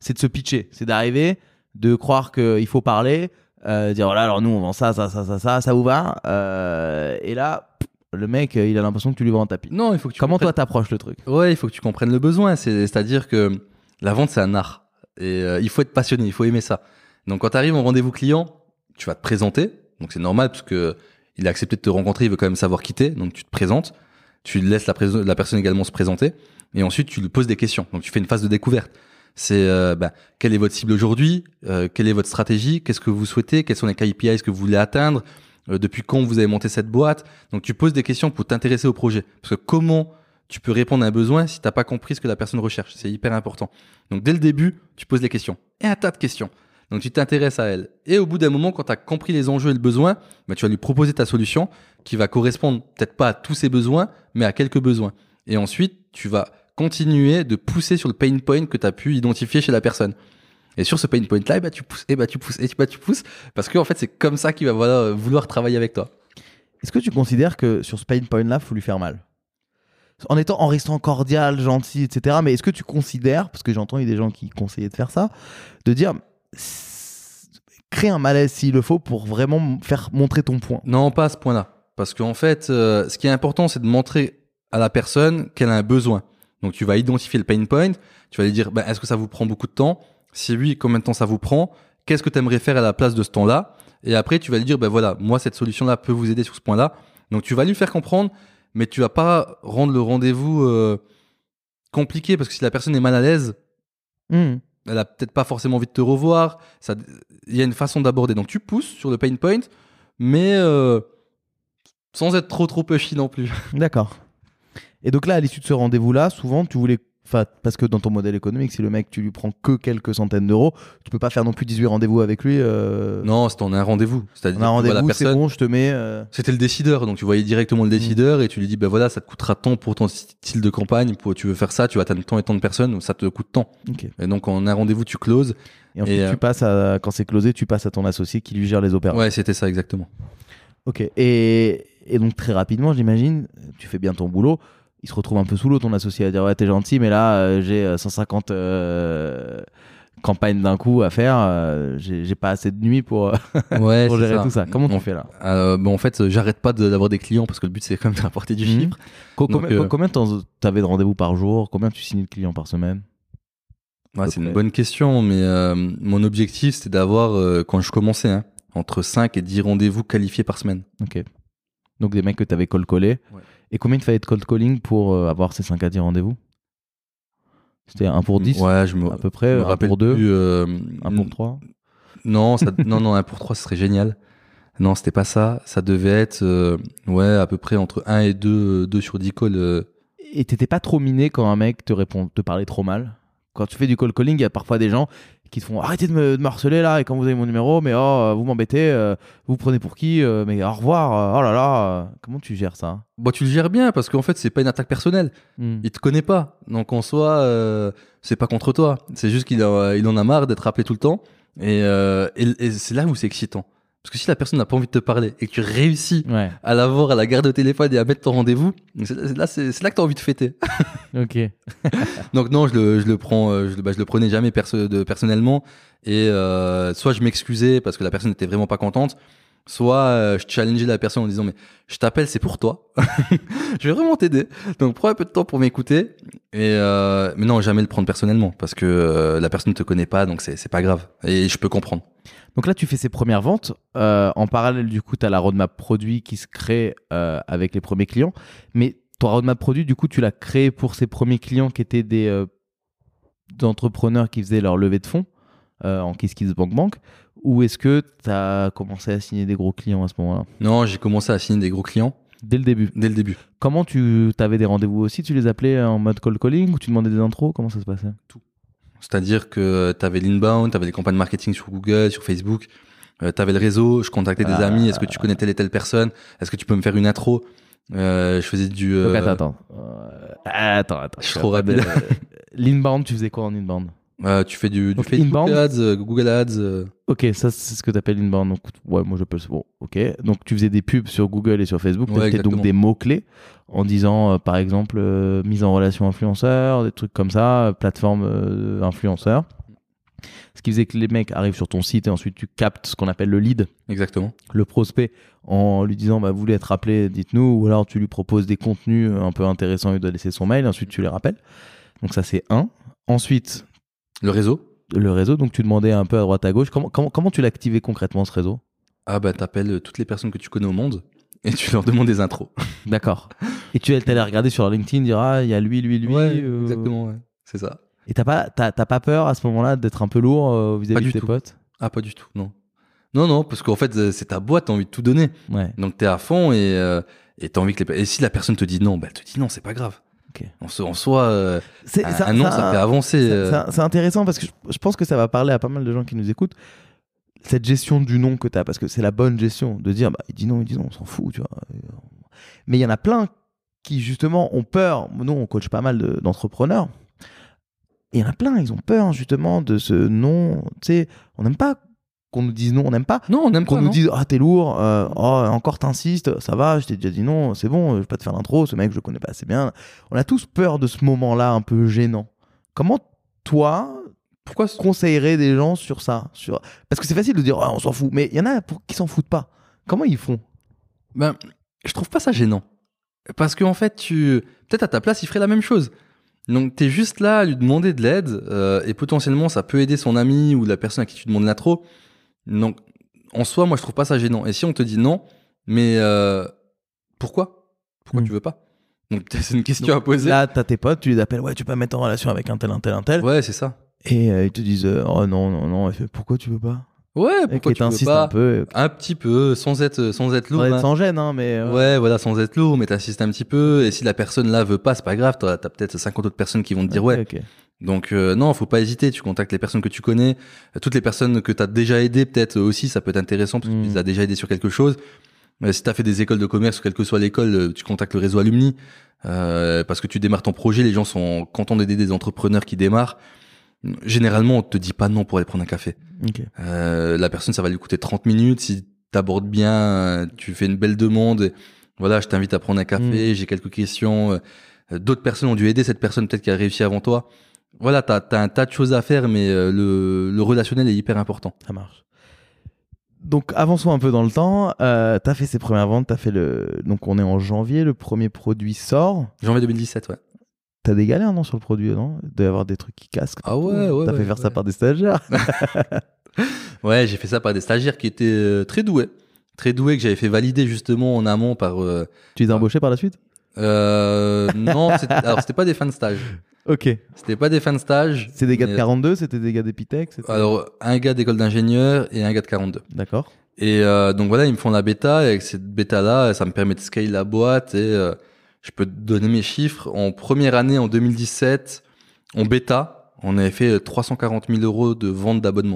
c'est de se pitcher, c'est d'arriver, de croire qu'il faut parler, dire voilà, alors nous on vend ça vous va, et là le mec il a l'impression que tu lui vends un tapis. Non, il faut que tu Comment comprennes... toi t'approches le truc? Ouais, il faut que tu comprennes le besoin. C'est-à-dire que la vente, c'est un art. Et il faut être passionné, il faut aimer ça. Donc quand tu arrives en rendez-vous client, tu vas te présenter. Donc c'est normal parce que il a accepté de te rencontrer, il veut quand même savoir qui t'es. Donc tu te présentes, tu laisses la personne également se présenter. Et ensuite, tu lui poses des questions. Donc tu fais une phase de découverte. C'est quelle est votre cible aujourd'hui, quelle est votre stratégie, qu'est-ce que vous souhaitez, quels sont les KPIs que vous voulez atteindre, depuis quand vous avez monté cette boîte. Donc tu poses des questions pour t'intéresser au projet. Parce que comment tu peux répondre à un besoin si t'as pas compris ce que la personne recherche. C'est hyper important. Donc dès le début, tu poses les questions. Et un tas de questions. Donc tu t'intéresses à elle. Et au bout d'un moment, quand tu as compris les enjeux et le besoin, tu vas lui proposer ta solution qui va correspondre peut-être pas à tous ses besoins, mais à quelques besoins. Et ensuite, tu vas continuer de pousser sur le pain point que tu as pu identifier chez la personne. Et sur ce pain point là, tu pousses, tu pousses, parce que en fait, c'est comme ça qu'il va vouloir travailler avec toi. Est-ce que tu considères que sur ce pain point là, faut lui faire mal? En restant cordial, gentil, etc. Mais est-ce que tu considères, parce que j'entends il y a des gens qui conseillaient de faire ça, de dire créer un malaise s'il le faut pour vraiment faire montrer ton point? Non, pas à ce point-là. Parce qu'en fait, ce qui est important, c'est de montrer à la personne qu'elle a un besoin. Donc tu vas identifier le pain point, tu vas lui dire est-ce que ça vous prend beaucoup de temps? Si oui, combien de temps ça vous prend? Qu'est-ce que tu aimerais faire à la place de ce temps-là? Et après, tu vas lui dire voilà, moi cette solution-là peut vous aider sur ce point-là. Donc tu vas lui faire comprendre, mais tu vas pas rendre le rendez-vous compliqué, parce que si la personne est mal à l'aise, elle a peut-être pas forcément envie de te revoir. Il y a une façon d'aborder. Donc tu pousses sur le pain point, mais sans être trop pushy non plus. D'accord. Et donc là, à l'issue de ce rendez-vous-là, souvent, tu voulais... parce que dans ton modèle économique, si le mec, tu lui prends que quelques centaines d'euros, tu peux pas faire non plus 18 rendez-vous avec lui. Non, c'était en un rendez-vous. C'est-à-dire un rendez-vous, la personne, c'est bon, je te mets... C'était le décideur, donc tu voyais directement le décideur et tu lui dis voilà, ça te coûtera tant pour ton style de campagne, tu veux faire ça, tu vas atteindre tant et tant de personnes, ça te coûte tant. Okay. Et donc en un rendez-vous, tu closes. Et ensuite, tu passes quand c'est closé, tu passes à ton associé qui lui gère les opérations. Ouais, c'était ça exactement. Ok. Et donc très rapidement, j'imagine, tu fais bien ton boulot. Il se retrouve un peu sous l'eau, ton associé, à dire ouais, t'es gentil, mais là j'ai 150 campagnes d'un coup à faire, j'ai pas assez de nuit pour gérer tout ça. Comment tu fais là? En fait, j'arrête pas d'avoir des clients parce que le but c'est quand même de rapporter du chiffre. Combien t'avais de rendez-vous par jour? Combien tu signais de clients par semaine? C'est une bonne question, mais mon objectif c'était d'avoir, quand je commençais, entre 5 et 10 rendez-vous qualifiés par semaine. Ok. Donc des mecs que t'avais cold-collés. Ouais. Et combien il fallait de cold calling pour avoir ces 5 à 10 rendez-vous? C'était 1 pour 10? Ouais, à peu près, 1 pour 2, 1 pour 3? Non, non, 1 pour 3, ce serait génial. Non, c'était pas ça. Ça devait être à peu près entre 1 et 2 sur 10 calls. Et t'étais pas trop miné quand un mec te parlait trop mal? Quand tu fais du cold calling, il y a parfois des gens qui te font arrêtez de me harceler là, et quand vous avez mon numéro, mais vous m'embêtez, vous prenez pour qui, mais au revoir, oh là là. Comment tu gères ça? Tu le gères bien parce qu'en fait c'est pas une attaque personnelle. Il te connaît pas, donc en soi c'est pas contre toi, c'est juste qu'il en a marre d'être appelé tout le temps, et c'est là où c'est excitant. Parce que si la personne n'a pas envie de te parler et que tu réussis à l'avoir à la garde au téléphone et à mettre ton rendez-vous, c'est là que tu as envie de fêter. Ok. Donc non, je le prenais jamais personnellement, et soit je m'excusais parce que la personne n'était vraiment pas contente, soit je challengeais la personne en disant mais je t'appelle, c'est pour toi. Je vais vraiment t'aider. Donc prends un peu de temps pour m'écouter, mais non, jamais le prendre personnellement parce que la personne ne te connaît pas, donc c'est pas grave et je peux comprendre. Donc là, tu fais ces premières ventes. En parallèle, du coup, tu as la roadmap produit qui se crée avec les premiers clients. Mais ton roadmap produit, du coup, tu l'as créé pour ces premiers clients qui étaient des entrepreneurs qui faisaient leur levée de fonds en KissKissBankBank. Ou est-ce que tu as commencé à signer des gros clients à ce moment-là? Non, j'ai commencé à signer des gros clients. Dès le début? Dès le début. Comment tu avais des rendez-vous aussi? Tu les appelais en mode cold calling ou tu demandais des intros? Comment ça se passait? Tout. C'est-à-dire que tu avais l'inbound, tu avais les campagnes marketing sur Google, sur Facebook, tu avais le réseau, je contactais des amis, est-ce que tu connais telle et telle personne, est-ce que tu peux me faire une intro, je faisais du... Attends. Je suis trop rapide. L'inbound, tu faisais quoi en inbound? Tu fais du Facebook Ads, Google Ads. Ok, ça c'est ce que tu appelles l'inbound. Donc, ouais, moi j'appelle ça. Bon, ok. Donc tu faisais des pubs sur Google et sur Facebook. Tu mettais donc des mots-clés en disant, par exemple, mise en relation influenceur, des trucs comme ça, plateforme influenceur. Ce qui faisait que les mecs arrivent sur ton site et ensuite tu captes ce qu'on appelle le lead, Exactement. le prospect, en lui disant vous voulez être rappelé, dites-nous, ou alors tu lui proposes des contenus un peu intéressants, il doit laisser son mail, ensuite tu les rappelles. Donc ça c'est un. Ensuite, Le réseau. le réseau, donc tu demandais un peu à droite à gauche. Comment tu l'activais concrètement ce réseau? Ah bah t'appelles toutes les personnes que tu connais au monde et tu leur demandes des intros. D'accord. Et tu allais regarder sur leur LinkedIn, dire il y a lui. Ouais, exactement, ouais. C'est ça. Et t'as pas peur à ce moment-là d'être un peu lourd vis-à-vis Pas de du tes tout. potes? Ah, pas du tout, non. Non, parce qu'en fait, c'est ta boîte, t'as envie de tout donner. Ouais. Donc t'es à fond et t'as envie que et si la personne te dit non, bah elle te dit non, c'est pas grave. Ok. En soi, un non, ça fait avancer. C'est intéressant parce que je pense que ça va parler à pas mal de gens qui nous écoutent. Cette gestion du non que t'as, parce que c'est la bonne gestion de dire il dit non, on s'en fout, tu vois. Mais il y en a plein qui justement ont peur. Nous, on coach pas mal d'entrepreneurs. Et il y en a plein, ils ont peur justement de ce non. Tu sais, on n'aime pas qu'on nous dise non, on n'aime pas Non, on n'aime qu'on pas, nous non. dise t'es lourd, encore t'insistes, ça va, je t'ai déjà dit non, c'est bon, je vais pas te faire l'intro, ce mec je le connais pas assez bien. On a tous peur de ce moment-là un peu gênant. Comment toi Pourquoi conseillerais des gens sur ça, parce que c'est facile de dire on s'en fout, mais il y en a qui s'en foutent pas. Comment ils font? Ben, je trouve pas ça gênant. Parce qu'en fait, peut-être à ta place, il ferait la même chose. Donc t'es juste là à lui demander de l'aide et potentiellement ça peut aider son ami ou la personne à qui tu demandes l'intro. Donc en soi, moi je trouve pas ça gênant. Et si on te dit non, mais pourquoi tu veux pas? Donc c'est une question à poser. Là, t'as tes potes, tu les appelles, ouais, tu peux pas mettre en relation avec un tel. Ouais, c'est ça. Et ils te disent oh non, et fait, pourquoi tu veux pas? Ouais, Et pourquoi qui tu veux t'insistent pas? un peu. Un petit peu, sans être lourd. Hein. Sans gêne, hein, mais. Ouais, voilà, sans être lourd, mais t'insistes un petit peu. Et si la personne là veut pas, c'est pas grave. T'as peut-être 50 autres personnes qui vont te dire ouais. Ok. Donc non, faut pas hésiter. Tu contactes les personnes que tu connais, toutes les personnes que t'as déjà aidées, peut-être aussi, ça peut être intéressant parce que tu les as déjà aidées sur quelque chose. Si t'as fait des écoles de commerce, quelle que soit l'école, tu contactes le réseau alumni parce que tu démarres ton projet. Les gens sont contents d'aider des entrepreneurs qui démarrent. Généralement, on te dit pas non pour aller prendre un café. Ok. La personne, ça va lui coûter 30 minutes. Si t'abordes bien, tu fais une belle demande. Et, voilà, je t'invite à prendre un café. J'ai quelques questions. D'autres personnes ont dû aider cette personne, peut-être qui a réussi avant toi. Voilà, t'as un tas de choses à faire, mais le relationnel est hyper important. Ça marche. Donc, avançons un peu dans le temps. T'as fait ces premières ventes. Donc, on est en janvier. Le premier produit sort. Janvier 2017, ouais. T'as des galères, non, sur le produit, non? Il doit y avoir des trucs qui cassent. Ah ouais. T'as fait faire ça par des stagiaires? Ouais, j'ai fait ça par des stagiaires qui étaient très doués. Très doués, que j'avais fait valider justement en amont par... Tu les as embauchés par la suite? Non, c'était pas des fins de stage. Ok. C'était pas des fins de stage. C'est des gars de 42, c'était des gars d'Epitech? Alors, un gars d'école d'ingénieur et un gars de 42. D'accord. Et donc voilà, ils me font la bêta, et avec cette bêta-là, ça me permet de scale la boîte, et je peux te donner mes chiffres. En première année, en 2017, en bêta, on avait fait 340 000 € de vente d'abonnement.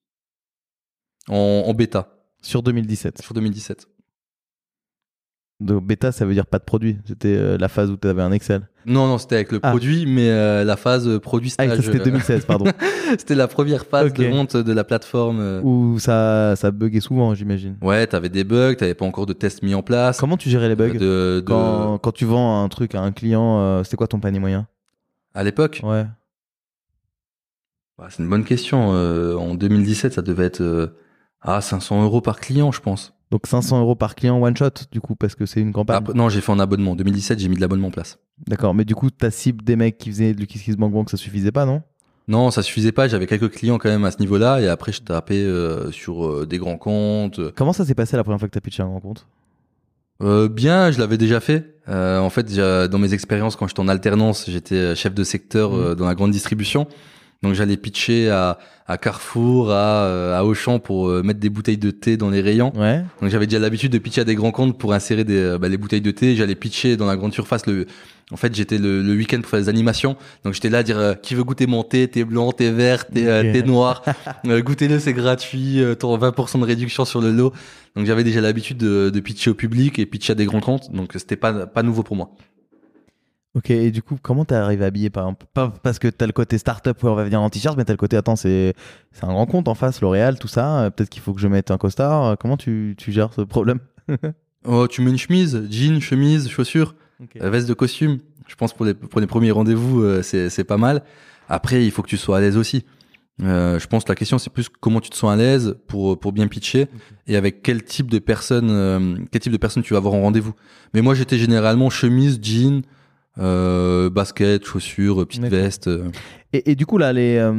En bêta. Sur 2017. Sur 2017. Donc, bêta, ça veut dire pas de produit. C'était la phase où tu avais un Excel. Non, c'était avec le produit, mais la phase produit stage. Ah, ça, c'était 2016, pardon. C'était la première phase de vente de la plateforme. Où ça buguait souvent, j'imagine. Ouais, t'avais des bugs, t'avais pas encore de tests mis en place. Comment tu gérais les bugs quand tu vends un truc à un client, c'était quoi ton panier moyen? À l'époque? Ouais. Bah, c'est une bonne question. En 2017, ça devait être 500 € par client, je pense. Donc 500 € par client one shot, du coup, parce que c'est une campagne. Non, j'ai fait en abonnement. En 2017, j'ai mis de l'abonnement en place. D'accord, mais du coup, ta cible des mecs qui faisaient du KissKissBankBank, ça suffisait pas, non? Non, ça suffisait pas. J'avais quelques clients quand même à ce niveau-là, et après, je tapais sur des grands comptes. Comment ça s'est passé la première fois que tu as pitché un grand compte? Bien, je l'avais déjà fait. En fait, dans mes expériences, quand j'étais en alternance, j'étais chef de secteur dans la grande distribution. Donc j'allais pitcher à Carrefour, à Auchan pour mettre des bouteilles de thé dans les rayons. Ouais. Donc j'avais déjà l'habitude de pitcher à des grands comptes pour insérer les bouteilles de thé. J'allais pitcher dans la grande surface. En fait, j'étais le week-end pour faire des animations. Donc j'étais là à dire qui veut goûter mon thé, thé blanc, thé vert, thé noir. Goûtez-le, c'est gratuit. T'auras 20% de réduction sur le lot. Donc j'avais déjà l'habitude de pitcher au public et pitcher à des grands comptes. Donc c'était pas nouveau pour moi. Ok, et du coup, comment t'es arrivé habillé par exemple? Pas parce que t'as le côté start-up où on va venir en t-shirt, mais t'as le côté, attends, c'est un grand compte en face, L'Oréal, tout ça. Peut-être qu'il faut que je mette un costard. Comment tu gères ce problème? Tu mets une chemise, jean, chemise, chaussures, veste de costume. Je pense pour les premiers rendez-vous, c'est pas mal. Après, il faut que tu sois à l'aise aussi. Je pense que la question c'est plus comment tu te sens à l'aise pour bien pitcher et avec quel type de personne tu vas avoir en rendez-vous. Mais moi j'étais généralement chemise, jean, basket, chaussures, petite veste. Et du coup là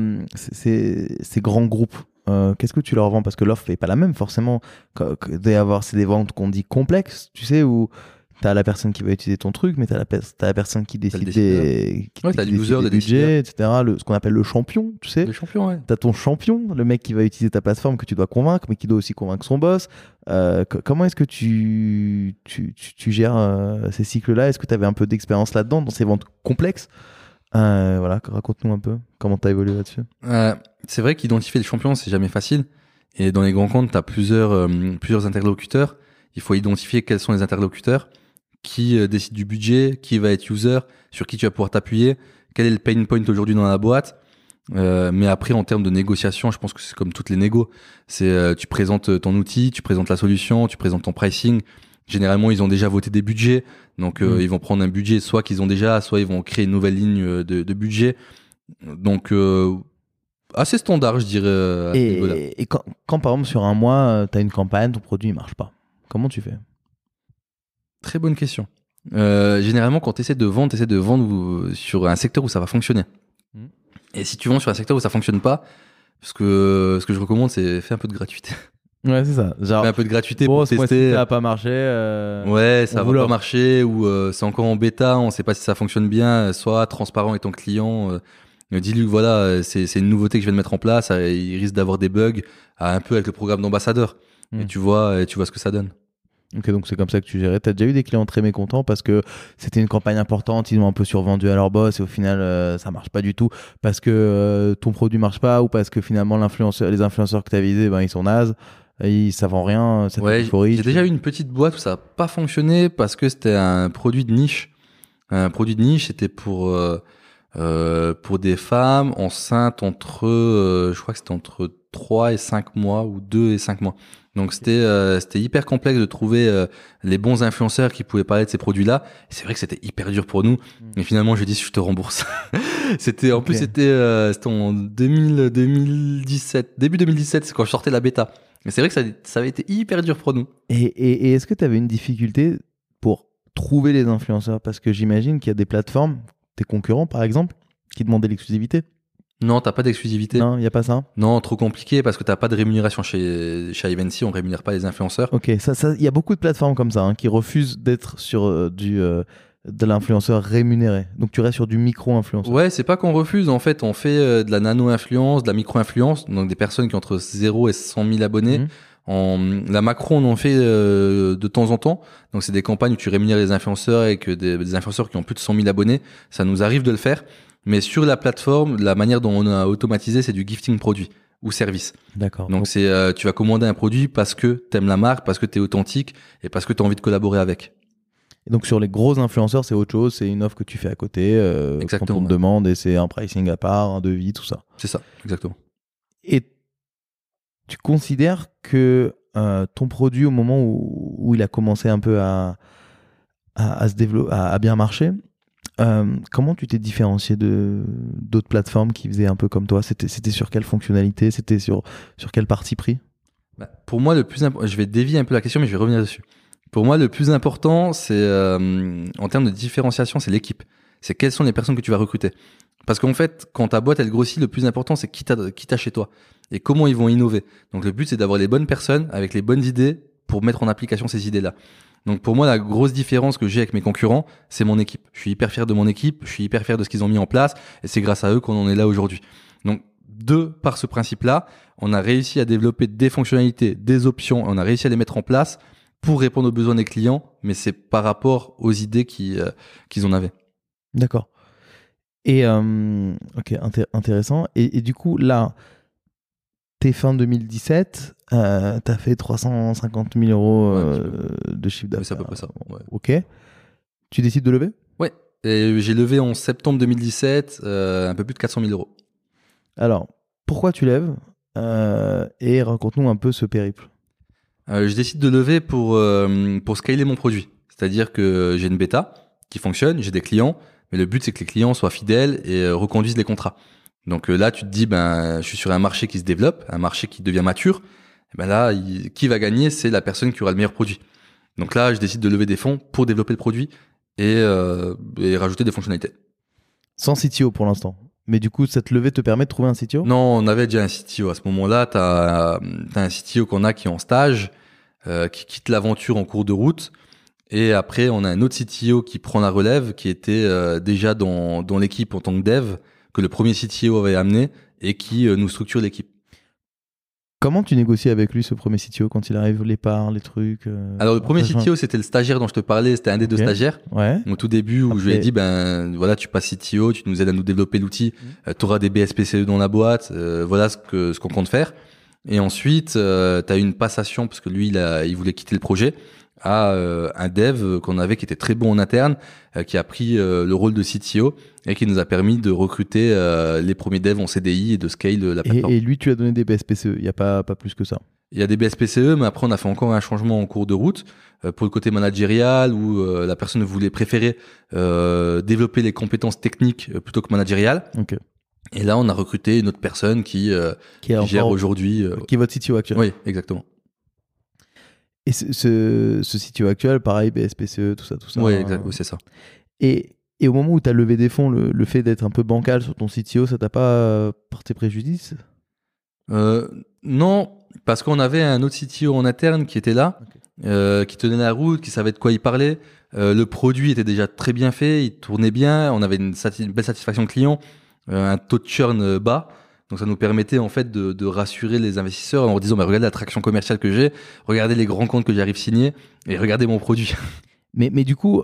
ces grands groupes, qu'est-ce que tu leur vends? Parce que l'offre n'est pas la même forcément. C'est des ventes qu'on dit complexes, tu sais, où t'as la personne qui va utiliser ton truc, mais t'as la personne qui décide t'as le user, des budgets, etc. Ce qu'on appelle le champion, tu sais. Le champion, ouais. T'as ton champion, le mec qui va utiliser ta plateforme que tu dois convaincre, mais qui doit aussi convaincre son boss. Comment est-ce que tu gères ces cycles-là? Est-ce que tu avais un peu d'expérience là-dedans, dans ces ventes complexes? Voilà, raconte-nous un peu comment t'as évolué là-dessus. C'est vrai qu'identifier le champion, c'est jamais facile. Et dans les grands comptes, t'as plusieurs interlocuteurs. Il faut identifier quels sont les interlocuteurs, qui décide du budget, qui va être user, sur qui tu vas pouvoir t'appuyer, quel est le pain point aujourd'hui dans la boîte. Mais après, en termes de négociation, je pense que c'est comme toutes les négos. C'est tu présentes ton outil, tu présentes la solution, tu présentes ton pricing. Généralement, ils ont déjà voté des budgets, donc ils vont prendre un budget soit qu'ils ont déjà, soit ils vont créer une nouvelle ligne de budget. Donc assez standard, je dirais. Et quand par exemple sur un mois, tu as une campagne, ton produit ne marche pas, comment tu fais? Très bonne question. Généralement, quand tu essaies de vendre sur un secteur où ça va fonctionner. Et si tu vends sur un secteur où ça fonctionne pas, ce que je recommande, c'est faire un peu de gratuité. Ouais, c'est ça. Genre, un peu de gratuité pour tester. Ça va pas marcher. Ouais, ça va pas marcher, ou c'est encore en bêta, on sait pas si ça fonctionne bien. Sois transparent avec ton client. Dis-lui que voilà, c'est une nouveauté que je viens de mettre en place. Il risque d'avoir des bugs, un peu avec le programme d'ambassadeur. Et tu vois ce que ça donne. Ok, donc c'est comme ça que tu gérais. T'as déjà eu des clients très mécontents parce que c'était une campagne importante, ils ont un peu survendu à leur boss et au final ça marche pas du tout parce que ton produit marche pas, ou parce que finalement les influenceurs que t'as visés, ils sont nazes, ils savent en rien. Ouais, j'ai déjà eu une petite boîte où ça a pas fonctionné parce que c'était un produit de niche. Un produit de niche, c'était pour des femmes enceintes entre, je crois que c'était entre 3 et 5 mois ou 2 et 5 mois. Donc c'était hyper complexe de trouver les bons influenceurs qui pouvaient parler de ces produits-là. Et c'est vrai que c'était hyper dur pour nous. Mais finalement, je dis je te rembourse. C'était en plus c'était en 2017, début 2017, c'est quand je sortais la bêta. Mais c'est vrai que ça avait été hyper dur pour nous. Et est-ce que tu avais une difficulté pour trouver les influenceurs? Parce que j'imagine qu'il y a des plateformes, tes concurrents par exemple, qui demandaient l'exclusivité. Non, t'as pas d'exclusivité. Non, il n'y a pas ça. Non, trop compliqué parce que t'as pas de rémunération chez Ivancy, on rémunère pas les influenceurs. Ok, il y a beaucoup de plateformes comme ça qui refusent d'être sur de l'influenceur rémunéré. Donc tu restes sur du micro-influenceur. Ouais, c'est pas qu'on refuse, en fait, on fait de la nano-influence, de la micro-influence, donc des personnes qui ont entre 0 et 100 000 abonnés. La macro, on en fait de temps en temps. Donc c'est des campagnes où tu rémunères les influenceurs et que des influenceurs qui ont plus de 100 000 abonnés. Ça nous arrive de le faire. Mais sur la plateforme, la manière dont on a automatisé, c'est du gifting produit ou service. D'accord. Donc tu vas commander un produit parce que t'aimes la marque, parce que t'es authentique et parce que t'as envie de collaborer avec. Et donc sur les gros influenceurs, c'est autre chose, c'est une offre que tu fais à côté, quand on te demande, et c'est un pricing à part, un devis, tout ça. C'est ça, exactement. Et tu considères que ton produit, au moment où il a commencé un peu à se développer, à bien marcher, comment tu t'es différencié d'autres plateformes qui faisaient un peu comme toi? C'était sur quelle fonctionnalité? C'était sur quelle partie pris? Pour moi, le plus important, je vais dévier un peu la question, mais je vais revenir dessus. Pour moi, le plus important, c'est en termes de différenciation, c'est l'équipe. C'est quelles sont les personnes que tu vas recruter. Parce qu'en fait, quand ta boîte elle grossit, le plus important, c'est qui t'as chez toi et comment ils vont innover. Donc le but, c'est d'avoir les bonnes personnes avec les bonnes idées pour mettre en application ces idées-là. Donc pour moi, la grosse différence que j'ai avec mes concurrents, c'est mon équipe. Je suis hyper fier de mon équipe, je suis hyper fier de ce qu'ils ont mis en place, et c'est grâce à eux qu'on en est là aujourd'hui. Donc par ce principe-là, on a réussi à développer des fonctionnalités, des options, on a réussi à les mettre en place pour répondre aux besoins des clients, mais c'est par rapport aux idées qu'ils en avaient. D'accord. Et ok, intéressant. Et du coup, là, t'es fin 2017, t'as fait 350 000 euros de chiffre d'affaires. C'est à peu près ça. Ouais. Ok. Tu décides de lever? Ouais. Et j'ai levé en septembre 2017 un peu plus de 400 000 euros. Alors, pourquoi tu lèves et raconte-nous un peu ce périple. Je décide de lever pour scaler mon produit. C'est-à-dire que j'ai une bêta qui fonctionne, j'ai des clients, mais le but c'est que les clients soient fidèles et reconduisent les contrats. Donc là, tu te dis, je suis sur un marché qui se développe, un marché qui devient mature. Et là, qui va gagner, c'est la personne qui aura le meilleur produit. Donc là, je décide de lever des fonds pour développer le produit et rajouter des fonctionnalités. Sans CTO pour l'instant. Mais du coup, cette levée te permet de trouver un CTO ? Non, on avait déjà un CTO. À ce moment-là, t'as un CTO qui est en stage, qui quitte l'aventure en cours de route. Et après, on a un autre CTO qui prend la relève, qui était déjà dans l'équipe en tant que dev, que le premier CTO avait amené et qui nous structure l'équipe. Comment tu négocies avec lui, ce premier CTO, quand il arrive, les parts, les trucs Alors, le premier CTO, c'était le stagiaire dont je te parlais, c'était un des deux stagiaires. Ouais. Au tout début, où je lui ai dit, voilà, tu passes CTO, tu nous aides à nous développer l'outil, tu auras des BSPCE dans la boîte, voilà ce qu'on compte faire. Et ensuite, tu as eu une passation, parce que lui, il voulait quitter le projet, à un dev qu'on avait qui était très bon en interne, qui a pris le rôle de CTO et qui nous a permis de recruter les premiers devs en CDI et de scale la plateforme. Et lui, tu as donné des BSPCE, il n'y a pas plus que ça. Il y a des BSPCE, mais après on a fait encore un changement en cours de route pour le côté managérial où la personne voulait préférer développer les compétences techniques plutôt que managériales. Okay. Et là, on a recruté une autre personne qui gère aujourd'hui. Qui est votre CTO actuel. Oui, exactement. Et ce CTO actuel, pareil, BSPCE, tout ça. Oui, exactement, c'est ça. Et au moment où tu as levé des fonds, le fait d'être un peu bancal sur ton CTO, ça t'a pas porté préjudice ? Non, parce qu'on avait un autre CTO en interne qui était là, qui tenait la route, qui savait de quoi il parlait. Le produit était déjà très bien fait, il tournait bien, on avait une belle satisfaction client, un taux de churn bas. Donc ça nous permettait en fait de rassurer les investisseurs en leur disant regardez la traction commerciale que j'ai, regardez les grands comptes que j'arrive à signer et regardez mon produit. Mais du coup,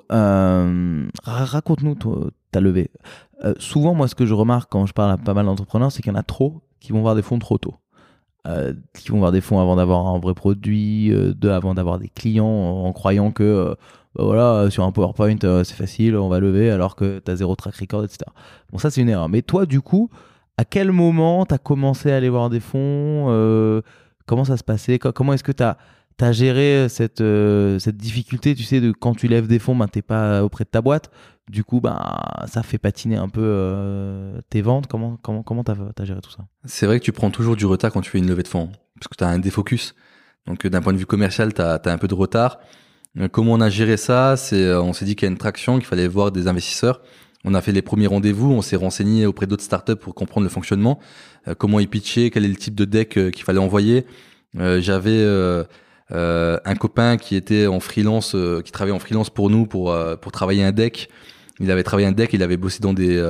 raconte-nous ta levée. Souvent, moi, ce que je remarque quand je parle à pas mal d'entrepreneurs, c'est qu'il y en a trop qui vont voir des fonds trop tôt. Qui vont voir des fonds avant d'avoir un vrai produit, avant d'avoir des clients, en croyant que voilà, sur un PowerPoint, c'est facile, on va lever, alors que tu as zéro track record, etc. Bon, ça, c'est une erreur. Mais toi, du coup, à quel moment tu as commencé à aller voir des fonds Comment ça se passait Comment est-ce que tu as géré cette difficulté, tu sais, de quand tu lèves des fonds, tu n'es pas auprès de ta boîte. Du coup, ça fait patiner un peu tes ventes. Comment tu as géré tout ça ? C'est vrai que tu prends toujours du retard quand tu fais une levée de fonds, parce que tu as un défocus. Donc, d'un point de vue commercial, tu as un peu de retard. Comment on a géré ça ? On s'est dit qu'il y a une traction, qu'il fallait voir des investisseurs. On a fait les premiers rendez-vous, on s'est renseigné auprès d'autres startups pour comprendre le fonctionnement, comment ils pitchaient, quel est le type de deck qu'il fallait envoyer. J'avais un copain qui était en freelance, qui travaillait en freelance pour nous pour travailler un deck. Il avait travaillé un deck, il avait bossé dans des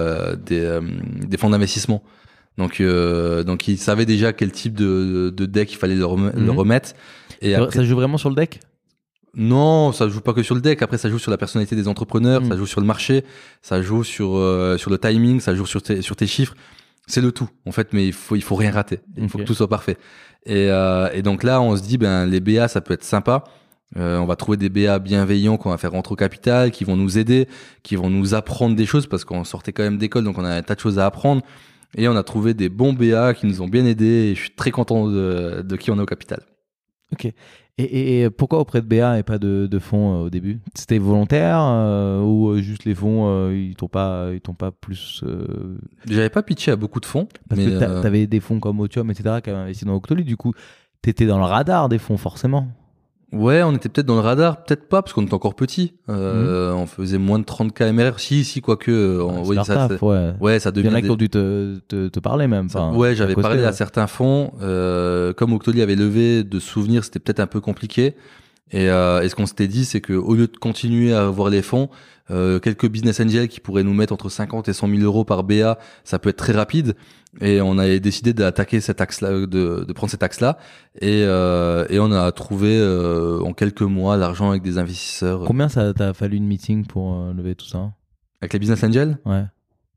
fonds d'investissement. Donc il savait déjà quel type de deck il fallait le remettre. Et après, ça joue vraiment sur le deck ? Non, ça joue pas que sur le deck. Après, ça joue sur la personnalité des entrepreneurs, ça joue sur le marché, ça joue sur le timing, ça joue sur tes chiffres. C'est le tout, en fait, mais il faut rien rater. Il faut que tout soit parfait. Et donc là, on se dit, les BA, ça peut être sympa. On va trouver des BA bienveillants qu'on va faire rentrer au capital, qui vont nous aider, qui vont nous apprendre des choses parce qu'on sortait quand même d'école, donc on a un tas de choses à apprendre. Et on a trouvé des bons BA qui nous ont bien aidés et je suis très content de qui on est au capital. Ok. Et pourquoi auprès de BA et pas de fonds au début ? C'était volontaire ou juste les fonds ils t'ont pas plus J'avais pas pitché à beaucoup de fonds. Parce que t'avais des fonds comme Otium, etc. qui avaient investi dans Octoly. Du coup, t'étais dans le radar des fonds forcément. Ouais, on était peut-être dans le radar, peut-être pas, parce qu'on était encore petit. On faisait moins de 30 KMR. Si, quoique. Ouais, ça devient. Il y en a qui ont dû te parler même. Ouais, j'avais parlé à certains fonds. Comme Octoly avait levé, de souvenirs, c'était peut-être un peu compliqué. Et ce qu'on s'était dit, c'est que au lieu de continuer à voir les fonds, quelques business angels qui pourraient nous mettre entre 50 et 100 000 euros par BA, ça peut être très rapide. Et on a décidé d'attaquer cet axe-là, de prendre cet axe-là. Et on a trouvé en quelques mois l'argent avec des investisseurs. Combien ça t'a fallu une meeting pour lever tout ça ? Avec les business angels ? Ouais.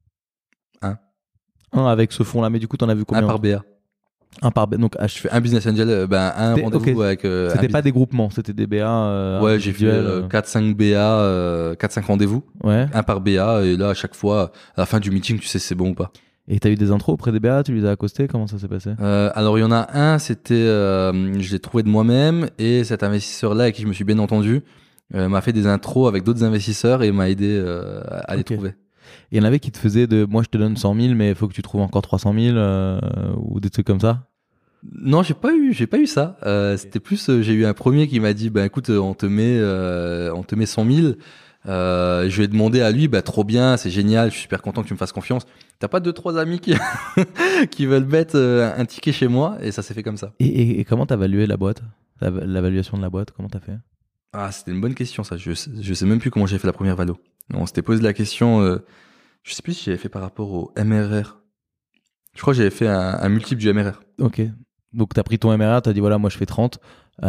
Un avec ce fonds-là. Mais du coup, t'en as vu combien ? Un par BA. Un par BA. Donc, je fais un business angel, un rendez-vous avec. C'était pas des groupements, c'était des BA. Ouais, j'ai fait 4-5 BA, 4-5 rendez-vous. Ouais. Un par BA. Et là, à chaque fois, à la fin du meeting, tu sais si c'est bon ou pas. Et t'as eu des intros auprès des BA, tu les as accostés, comment ça s'est passé ? Alors il y en a un, c'était, je l'ai trouvé de moi-même et cet investisseur-là avec qui je me suis bien entendu m'a fait des intros avec d'autres investisseurs et m'a aidé à les trouver. Il y en avait qui te faisaient moi je te donne 100 000 mais il faut que tu trouves encore 300 000 ou des trucs comme ça. Non, j'ai pas eu ça. C'était plus, j'ai eu un premier qui m'a dit, bah écoute, on te met 100 000. Je lui ai demandé à lui, bah trop bien, c'est génial, je suis super content que tu me fasses confiance. T'as pas 2-3 amis qui qui veulent mettre un ticket chez moi, et ça s'est fait comme ça. Et comment t'as évalué la boîte, l'évaluation de la boîte, comment t'as fait? Ah, c'était une bonne question ça. Je sais même plus comment j'ai fait la première valo. On s'était posé la question. Je sais plus si j'avais fait par rapport au MRR. Je crois que j'avais fait un multiple du MRR. Ok. Donc t'as pris ton MRR, t'as dit voilà moi je fais 30,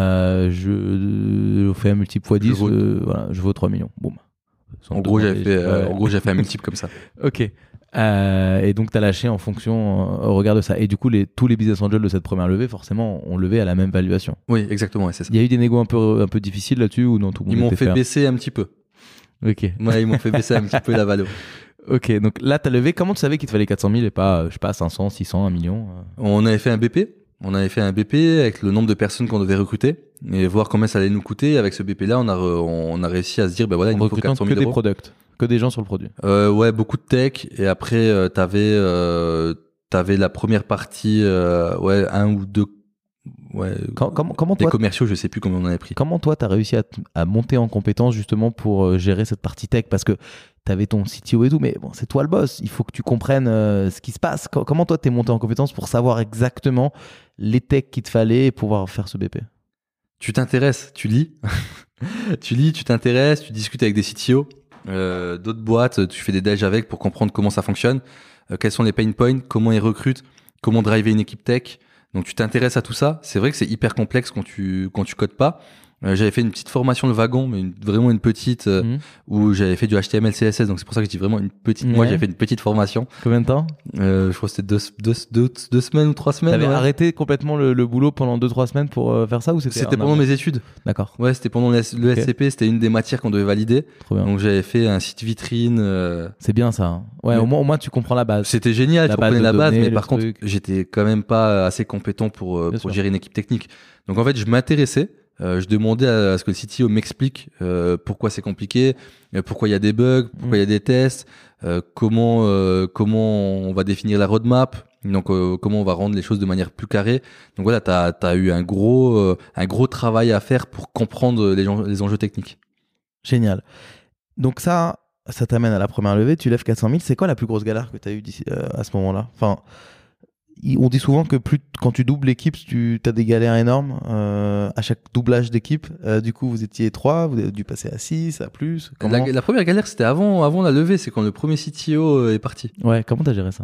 je fais un multiple x 10, voilà, je vaux 3 millions. Boum. En gros j'avais fait un multiple comme ça. Ok. Et donc t'as lâché en fonction au regard de ça. Et du coup tous les business angels de cette première levée forcément ont levé à la même valuation. Oui, exactement, ouais, c'est ça. Il y a eu des négos un peu difficiles là-dessus ou non, tout le monde Ils m'ont fait fair? baisser un petit peu. Ok. Ouais, ils m'ont fait baisser un petit peu la valo. Ok, donc là t'as levé, comment tu savais qu'il te fallait 400 000 et pas, je sais pas, 500, 600, 1 million On avait fait un BP. On avait fait un BP avec le nombre de personnes qu'on devait recruter et voir combien ça allait nous coûter. Avec ce BP-là, on a réussi à se dire, bah voilà, il nous faut 400 000 que des euros. products, que des gens sur le produit. Ouais, beaucoup de tech. Et après, t'avais la première partie, ouais, un ou deux, ouais. Comment des toi, commerciaux, je sais plus combien on en avait pris. comment toi t'as réussi à monter en compétence justement pour gérer cette partie tech, parce que t'avais ton CTO et tout, mais bon, c'est toi le boss, il faut que tu comprennes ce qui se passe. Comment toi t'es monté en compétence pour savoir exactement les techs qu'il te fallait et pouvoir faire ce BP? Tu t'intéresses, tu lis, tu t'intéresses, tu discutes avec des CTO, d'autres boîtes, tu fais des déj avec pour comprendre comment ça fonctionne, quels sont les pain points, comment ils recrutent, comment driver une équipe tech. Donc tu t'intéresses à tout ça. C'est vrai que c'est hyper complexe quand tu codes pas. J'avais fait une petite formation de wagon, mais vraiment une petite, où j'avais fait du HTML, CSS. Donc c'est pour ça que je dis vraiment une petite. Ouais. Moi, j'ai fait une petite formation. Combien de temps? Je crois que c'était deux semaines ou 3 semaines. T'avais Ouais. arrêté complètement le boulot pendant 2-3 semaines pour faire ça, ou C'était pendant mes études. D'accord. Ouais, c'était pendant le SCP. C'était une des matières qu'on devait valider. Trop bien. Donc j'avais fait un site vitrine. C'est bien ça. Hein. Ouais, Mais- au moins tu comprends la base. C'était génial, La tu base comprenais de la base, données, mais le par contre, truc. j'étais quand même pas assez compétent pour Bien sûr. gérer une équipe technique. Donc en fait, je m'intéressais, je demandais à ce que le CTO m'explique pourquoi c'est compliqué, pourquoi il y a des bugs, pourquoi il y a des tests, comment on va définir la roadmap, donc comment on va rendre les choses de manière plus carrée. Donc voilà, t'as eu un gros travail à faire pour comprendre les enjeux techniques. Génial. Donc ça t'amène à la première levée, tu lèves 400 000. C'est quoi la plus grosse galère que tu as eue à ce moment-là? Enfin, on dit souvent que quand tu doubles l'équipe, tu as des galères énormes à chaque doublage d'équipe. Du coup, vous étiez 3, vous avez dû passer à 6, à plus. Comment... La première galère, c'était avant la levée, c'est quand le premier CTO est parti. Ouais, comment t'as géré ça?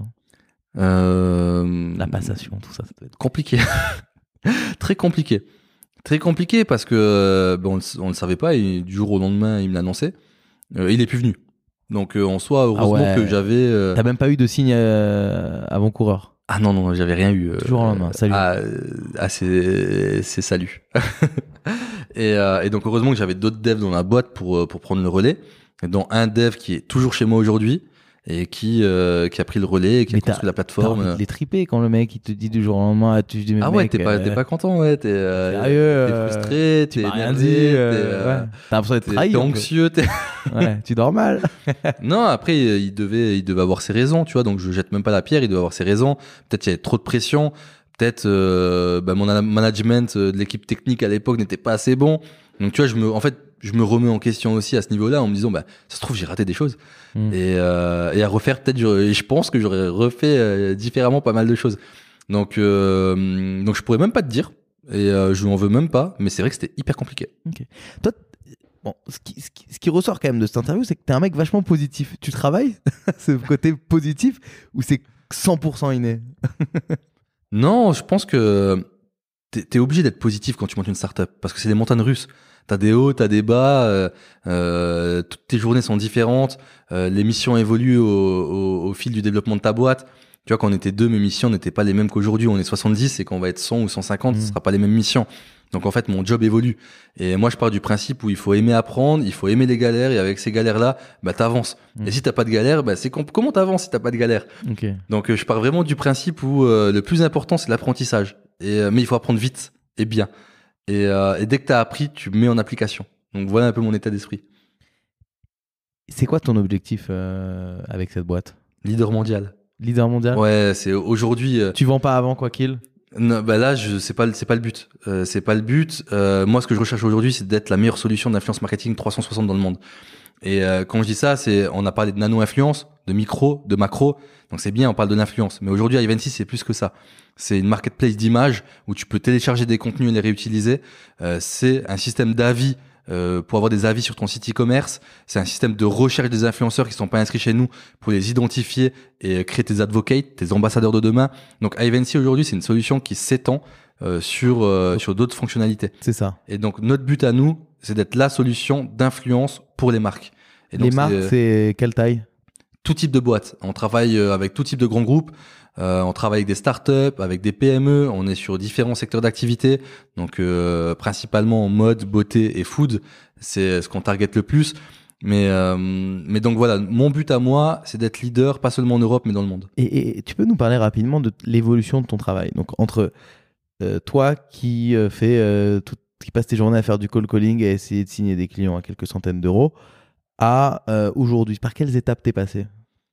La passation, tout ça doit être compliqué. Très compliqué. Très compliqué parce que on le savait pas et du jour au lendemain, il me l'annonçait. Il est plus venu. Donc en soi, heureusement que j'avais... T'as même pas eu de signe avant-coureur? Ah non, j'avais rien eu. Toujours au lendemain, salut. C'est salut. et donc heureusement que j'avais d'autres devs dans la boîte pour prendre le relais, dont un dev qui est toujours chez moi aujourd'hui et qui a pris le relais et qui a construit la plateforme. T'as envie de les triper quand le mec il te dit du jour au lendemain, tu dis mais ah ouais, mec, t'es pas content, ouais, t'es frustré, tu t'es m'as rien énervé, dit, ouais. t'as l'impression d'être trahi, t'es anxieux, ouais, tu dors mal. Non, après il devait avoir ses raisons, tu vois, donc je jette même pas la pierre, il devait avoir ses raisons. Peut-être il y avait trop de pression, peut-être mon management de l'équipe technique à l'époque n'était pas assez bon. Donc tu vois, je me remets en question aussi à ce niveau-là en me disant bah ça se trouve j'ai raté des choses et à refaire peut-être je pense que j'aurais refait différemment pas mal de choses. Donc je pourrais même pas te dire et je lui en veux même pas, mais c'est vrai que c'était hyper compliqué. Okay. Toi bon, ce qui ressort quand même de cette interview, c'est que t'es un mec vachement positif. Tu travailles ce côté positif ou c'est 100% inné? Non, je pense que t'es obligé d'être positif quand tu montes une startup parce que c'est des montagnes russes. T'as des hauts, t'as des bas, toutes tes journées sont différentes, les missions évoluent au fil du développement de ta boîte. Tu vois, quand on était 2, mes missions n'étaient pas les mêmes qu'aujourd'hui. On est 70 et quand on va être 100 ou 150, ce sera pas les mêmes missions. Donc en fait, mon job évolue. Et moi, je pars du principe où il faut aimer apprendre, il faut aimer les galères et avec ces galères-là, bah t'avances. Et si t'as pas de galère, bah comment t'avances si t'as pas de galère? Okay. Donc je pars vraiment du principe où le plus important c'est l'apprentissage. Mais il faut apprendre vite et bien. Et dès que t'as appris, tu mets en application. Donc voilà un peu mon état d'esprit. C'est quoi ton objectif avec cette boîte? Leader mondial. Leader mondial? Ouais, c'est aujourd'hui. Tu vends pas avant quoi qu'il? Non, bah là, c'est pas le but. C'est pas le but. Moi, ce que je recherche aujourd'hui, c'est d'être la meilleure solution d'influence marketing 360 dans le monde. Et quand je dis ça, on a parlé de nano-influence, de micro, de macro. Donc c'est bien, on parle de l'influence. Mais aujourd'hui, Ivancy, c'est plus que ça. C'est une marketplace d'images où tu peux télécharger des contenus et les réutiliser. C'est un système d'avis pour avoir des avis sur ton site e-commerce. C'est un système de recherche des influenceurs qui sont pas inscrits chez nous pour les identifier et créer tes advocates, tes ambassadeurs de demain. Donc Ivancy aujourd'hui, c'est une solution qui s'étend sur d'autres fonctionnalités. C'est ça. Et donc notre but à nous, c'est d'être la solution d'influence pour les marques. Et donc, les marques, c'est quelle taille? Tout type de boîte. On travaille avec tout type de grands groupes. On travaille avec des startups, avec des PME. On est sur différents secteurs d'activité. Donc, principalement en mode, beauté et food. C'est ce qu'on target le plus. Mais donc voilà, mon but à moi, c'est d'être leader, pas seulement en Europe, mais dans le monde. Et tu peux nous parler rapidement de l'évolution de ton travail. Donc, entre toi qui qui passe tes journées à faire du call calling et à essayer de signer des clients à quelques centaines d'euros, à aujourd'hui, par quelles étapes t'es passé?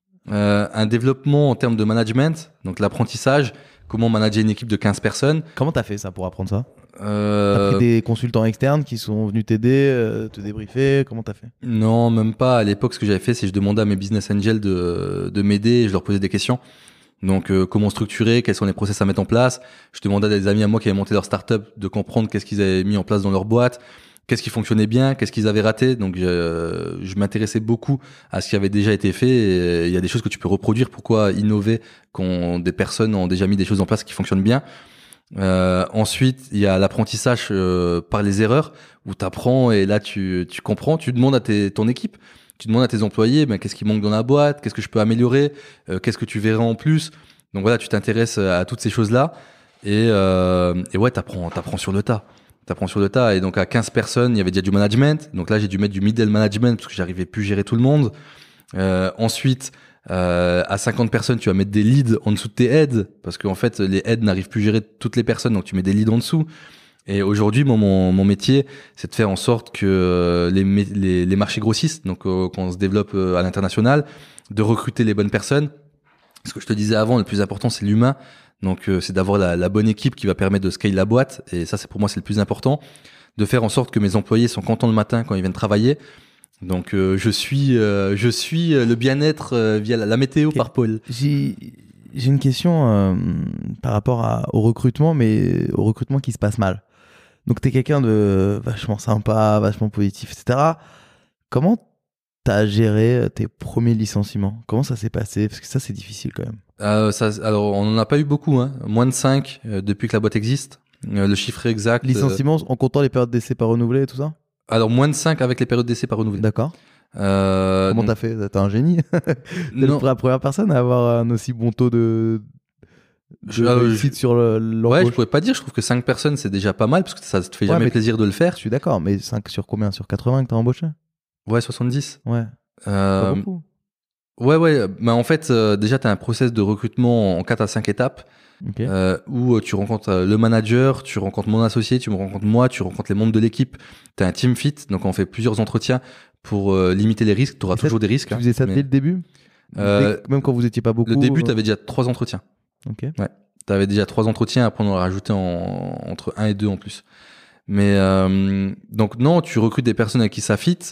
Un développement en termes de management, donc l'apprentissage, comment manager une équipe de 15 personnes. Comment t'as fait ça pour apprendre ça? T'as pris des consultants externes qui sont venus t'aider, te débriefer? Comment t'as fait? Non, même pas. À l'époque, ce que j'avais fait, c'est que je demandais à mes business angels de m'aider et je leur posais des questions. Donc, comment structurer, quels sont les process à mettre en place. Je demandais à des amis à moi qui avaient monté leur startup de comprendre qu'est-ce qu'ils avaient mis en place dans leur boîte, qu'est-ce qui fonctionnait bien, qu'est-ce qu'ils avaient raté. Donc, je m'intéressais beaucoup à ce qui avait déjà été fait. Et il y a des choses que tu peux reproduire. Pourquoi innover quand des personnes ont déjà mis des choses en place qui fonctionnent bien? Ensuite, il y a l'apprentissage par les erreurs où tu apprends et là, tu comprends. Tu demandes à ton équipe. Tu demandes à tes employés, qu'est-ce qui manque dans la boîte, qu'est-ce que je peux améliorer, qu'est-ce que tu verrais en plus. Donc voilà, tu t'intéresses à toutes ces choses-là et ouais, t'apprends sur le tas. T'apprends sur le tas. Et donc à 15 personnes, il y avait déjà du management. Donc là, j'ai dû mettre du middle management parce que j'arrivais plus à gérer tout le monde. Ensuite, à 50 personnes, tu vas mettre des leads en dessous de tes heads parce qu'en fait, les heads n'arrivent plus à gérer toutes les personnes. Donc tu mets des leads en dessous. Et aujourd'hui, mon métier, c'est de faire en sorte que les marchés grossissent, donc quand on se développe à l'international, de recruter les bonnes personnes. Ce que je te disais avant, le plus important, c'est l'humain. Donc c'est d'avoir la bonne équipe qui va permettre de scale la boîte. Et ça, pour moi, c'est le plus important. De faire en sorte que mes employés sont contents le matin quand ils viennent travailler. Donc je suis le bien-être via la météo. Okay. Par Paul. J'ai une question par rapport au recrutement, mais au recrutement qui se passe mal. Donc, t'es quelqu'un de vachement sympa, vachement positif, etc. Comment t'as géré tes premiers licenciements? Comment ça s'est passé? Parce que ça, c'est difficile quand même. Alors, on n'en a pas eu beaucoup, hein. Moins de 5 depuis que la boîte existe. Le chiffre exact. Licenciements en comptant les périodes d'essai pas renouvelées et tout ça? Alors, moins de 5 avec les périodes d'essai pas renouvelées. D'accord. Comment t'as fait? T'es un génie. T'es la première personne à avoir un aussi bon taux de réussite sur l'embauche. Ouais, je pourrais pas dire. Je trouve que 5 personnes, c'est déjà pas mal parce que ça te fait jamais plaisir de le faire. Je suis d'accord, mais 5 sur combien? Sur 80 que t'as embauché? Ouais, 70. Ouais. Pas beaucoup. Ouais. Mais en fait, déjà, t'as un process de recrutement en 4 à 5 étapes. Okay. Où tu rencontres le manager, tu rencontres mon associé, tu me rencontres moi, tu rencontres les membres de l'équipe. T'as un team fit, donc on fait plusieurs entretiens pour limiter les risques. T'auras toujours des risques. Tu faisais ça dès le début? Même quand vous étiez pas beaucoup? Le début, t'avais déjà 3 entretiens. Ok. Ouais. T'avais déjà 3 entretiens, après on en a rajouté entre 1 et 2 en plus. Mais donc non, tu recrutes des personnes avec qui ça fit.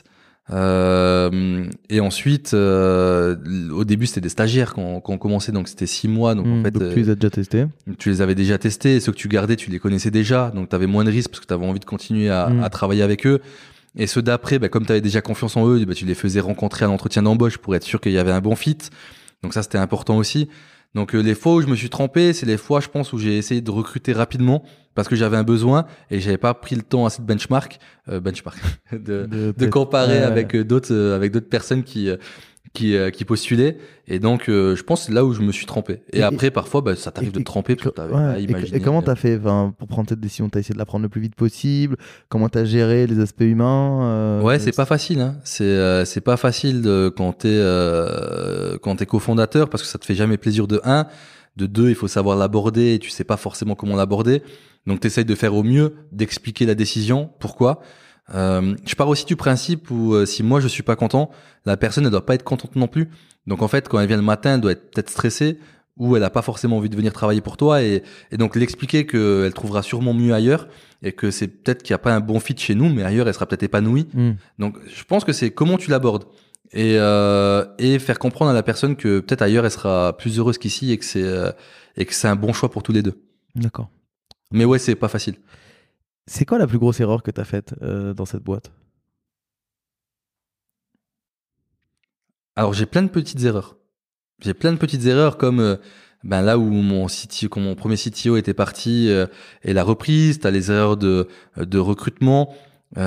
Et ensuite, au début, c'était des stagiaires quand on commençait, donc c'était 6 mois. Donc en fait, donc tu les as déjà testés. Tu les avais déjà testés. Et ceux que tu gardais, tu les connaissais déjà. Donc tu avais moins de risques parce que tu avais envie de continuer à travailler avec eux. Et ceux d'après, comme tu avais déjà confiance en eux, tu les faisais rencontrer à l'entretien d'embauche pour être sûr qu'il y avait un bon fit. Donc ça, c'était important aussi. Donc les fois où je me suis trompé, c'est les fois, je pense, où j'ai essayé de recruter rapidement parce que j'avais un besoin et j'avais pas pris le temps assez de de comparer avec d'autres personnes qui postulaient. Et donc je pense que c'est là où je me suis trompé. Et après, parfois, ça t'arrive de te tromper parce que t'avais pas imaginé. Et comment t'as fait pour prendre cette décision? T'as essayé de la prendre le plus vite possible? Comment t'as géré les aspects humains? Ouais, c'est pas facile, hein. C'est pas facile quand t'es cofondateur parce que ça te fait jamais plaisir de 1. De 2, il faut savoir l'aborder et tu sais pas forcément comment l'aborder. Donc t'essayes de faire au mieux, d'expliquer la décision, pourquoi. Je pars aussi du principe où si moi je suis pas content, la personne ne doit pas être contente non plus. Donc en fait, quand elle vient le matin, elle doit être peut-être stressée ou elle a pas forcément envie de venir travailler pour toi et donc l'expliquer qu'elle trouvera sûrement mieux ailleurs et que c'est peut-être qu'il y a pas un bon fit chez nous, mais ailleurs elle sera peut-être épanouie. Donc je pense que c'est comment tu l'abordes et faire comprendre à la personne que peut-être ailleurs elle sera plus heureuse qu'ici et que c'est un bon choix pour tous les deux. D'accord. Mais ouais, c'est pas facile. C'est quoi la plus grosse erreur que tu as faite dans cette boîte? Alors j'ai plein de petites erreurs. J'ai plein de petites erreurs comme là où quand mon premier CTO était parti et la reprise, t'as les erreurs de recrutement. Il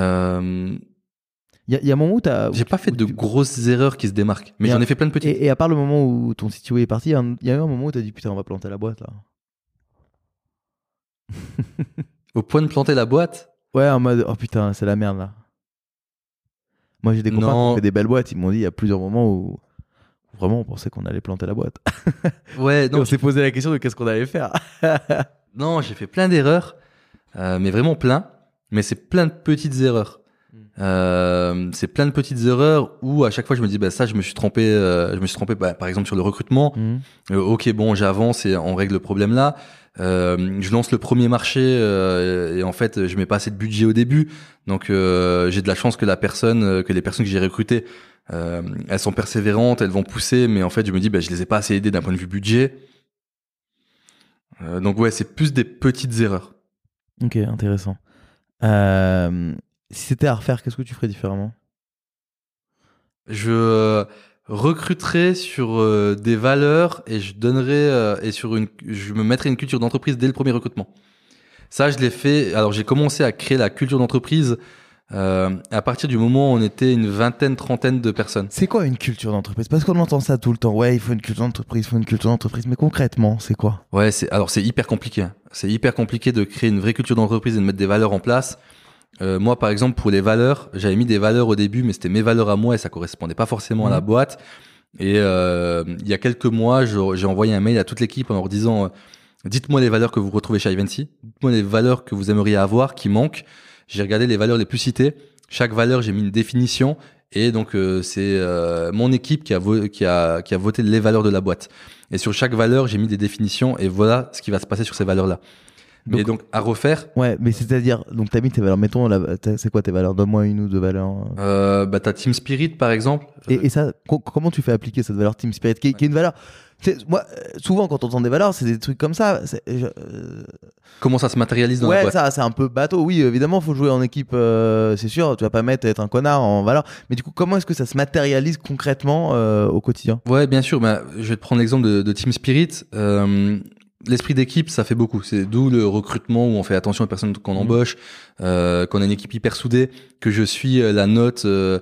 y a un moment où J'ai pas fait de grosses erreurs qui se démarquent, mais j'en ai fait plein de petites. Et à part le moment où ton CTO est parti, il y a eu un moment où tu as dit putain, on va planter la boîte là. Au point de planter la boîte? Ouais, en mode oh putain, c'est la merde là. Moi j'ai des copains qui ont fait des belles boîtes, ils m'ont dit il y a plusieurs moments où vraiment on pensait qu'on allait planter la boîte. Ouais, non. On s'est posé la question de qu'est-ce qu'on allait faire. Non, j'ai fait plein d'erreurs, mais vraiment plein. Mais c'est plein de petites erreurs. C'est plein de petites erreurs où à chaque fois je me dis ça je me suis trompé par exemple sur le recrutement. Ok, bon, j'avance et on règle le problème là. Je lance le premier marché et en fait je mets pas assez de budget au début, donc j'ai de la chance que les personnes que j'ai recrutées elles sont persévérantes, elles vont pousser, mais en fait je me dis je les ai pas assez aidées d'un point de vue budget. Donc ouais, c'est plus des petites erreurs. Ok, intéressant. Si c'était à refaire, qu'est-ce que tu ferais différemment? Je recruterais sur des valeurs et je donnerais je me mettrais une culture d'entreprise dès le premier recrutement. Ça, je l'ai fait. Alors, j'ai commencé à créer la culture d'entreprise à partir du moment où on était une vingtaine, trentaine de personnes. C'est quoi une culture d'entreprise? Parce qu'on entend ça tout le temps. Ouais, il faut une culture d'entreprise, Mais concrètement, c'est quoi? Ouais, c'est hyper compliqué. C'est hyper compliqué de créer une vraie culture d'entreprise et de mettre des valeurs en place. Moi, par exemple, pour les valeurs, j'avais mis des valeurs au début, mais c'était mes valeurs à moi et ça correspondait pas forcément à la boîte. Et il y a quelques mois, j'ai envoyé un mail à toute l'équipe en leur disant dites-moi les valeurs que vous retrouvez chez Ivancy, dites-moi les valeurs que vous aimeriez avoir qui manquent. J'ai regardé les valeurs les plus citées. Chaque valeur, j'ai mis une définition et donc c'est mon équipe qui a voté les valeurs de la boîte. Et sur chaque valeur, j'ai mis des définitions et voilà ce qui va se passer sur ces valeurs-là. Mais donc à refaire. Ouais, mais c'est-à-dire, donc t'as mis tes valeurs. Mettons, c'est quoi tes valeurs? Donne-moi une ou deux valeurs. T'as Team Spirit par exemple. Et ça, comment tu fais appliquer cette valeur Team Spirit, qui est une valeur? Moi, souvent quand on entend des valeurs, c'est des trucs comme ça. Comment ça se matérialise dans la boîte? Ouais, ça, c'est un peu bateau. Oui, évidemment, faut jouer en équipe, c'est sûr. Tu vas pas être un connard en valeur. Mais du coup, comment est-ce que ça se matérialise concrètement au quotidien? Ouais, bien sûr. Je vais te prendre l'exemple de Team Spirit. L'esprit d'équipe, ça fait beaucoup. C'est d'où le recrutement où on fait attention aux personnes qu'on embauche, qu'on a une équipe hyper soudée, que je suis la note de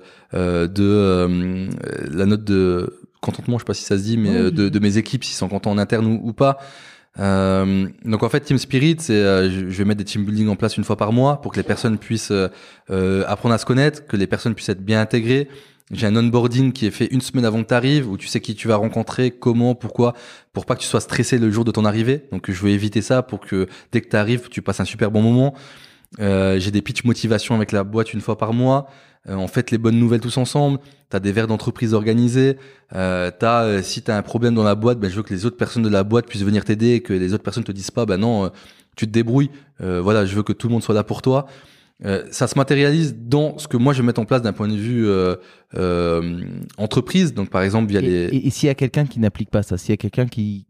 contentement, je sais pas si ça se dit, mais de mes équipes, s'ils sont contents en interne ou pas. Donc en fait, Team Spirit, je vais mettre des team building en place une fois par mois pour que les personnes puissent apprendre à se connaître, que les personnes puissent être bien intégrées. J'ai un onboarding qui est fait une semaine avant que tu arrives, où tu sais qui tu vas rencontrer, comment, pourquoi, pour pas que tu sois stressé le jour de ton arrivée. Donc je veux éviter ça pour que dès que tu arrives, tu passes un super bon moment. J'ai des pitch motivation avec la boîte une fois par mois. On fête les bonnes nouvelles tous ensemble. T'as des verres d'entreprise organisés. Si t'as un problème dans la boîte, je veux que les autres personnes de la boîte puissent venir t'aider et que les autres personnes te disent pas, non, tu te débrouilles. Voilà, je veux que tout le monde soit là pour toi. Ça se matérialise dans ce que moi je vais mettre en place d'un point de vue entreprise. Donc par exemple Et s'il y a quelqu'un qui n'applique pas ça, s'il y a quelqu'un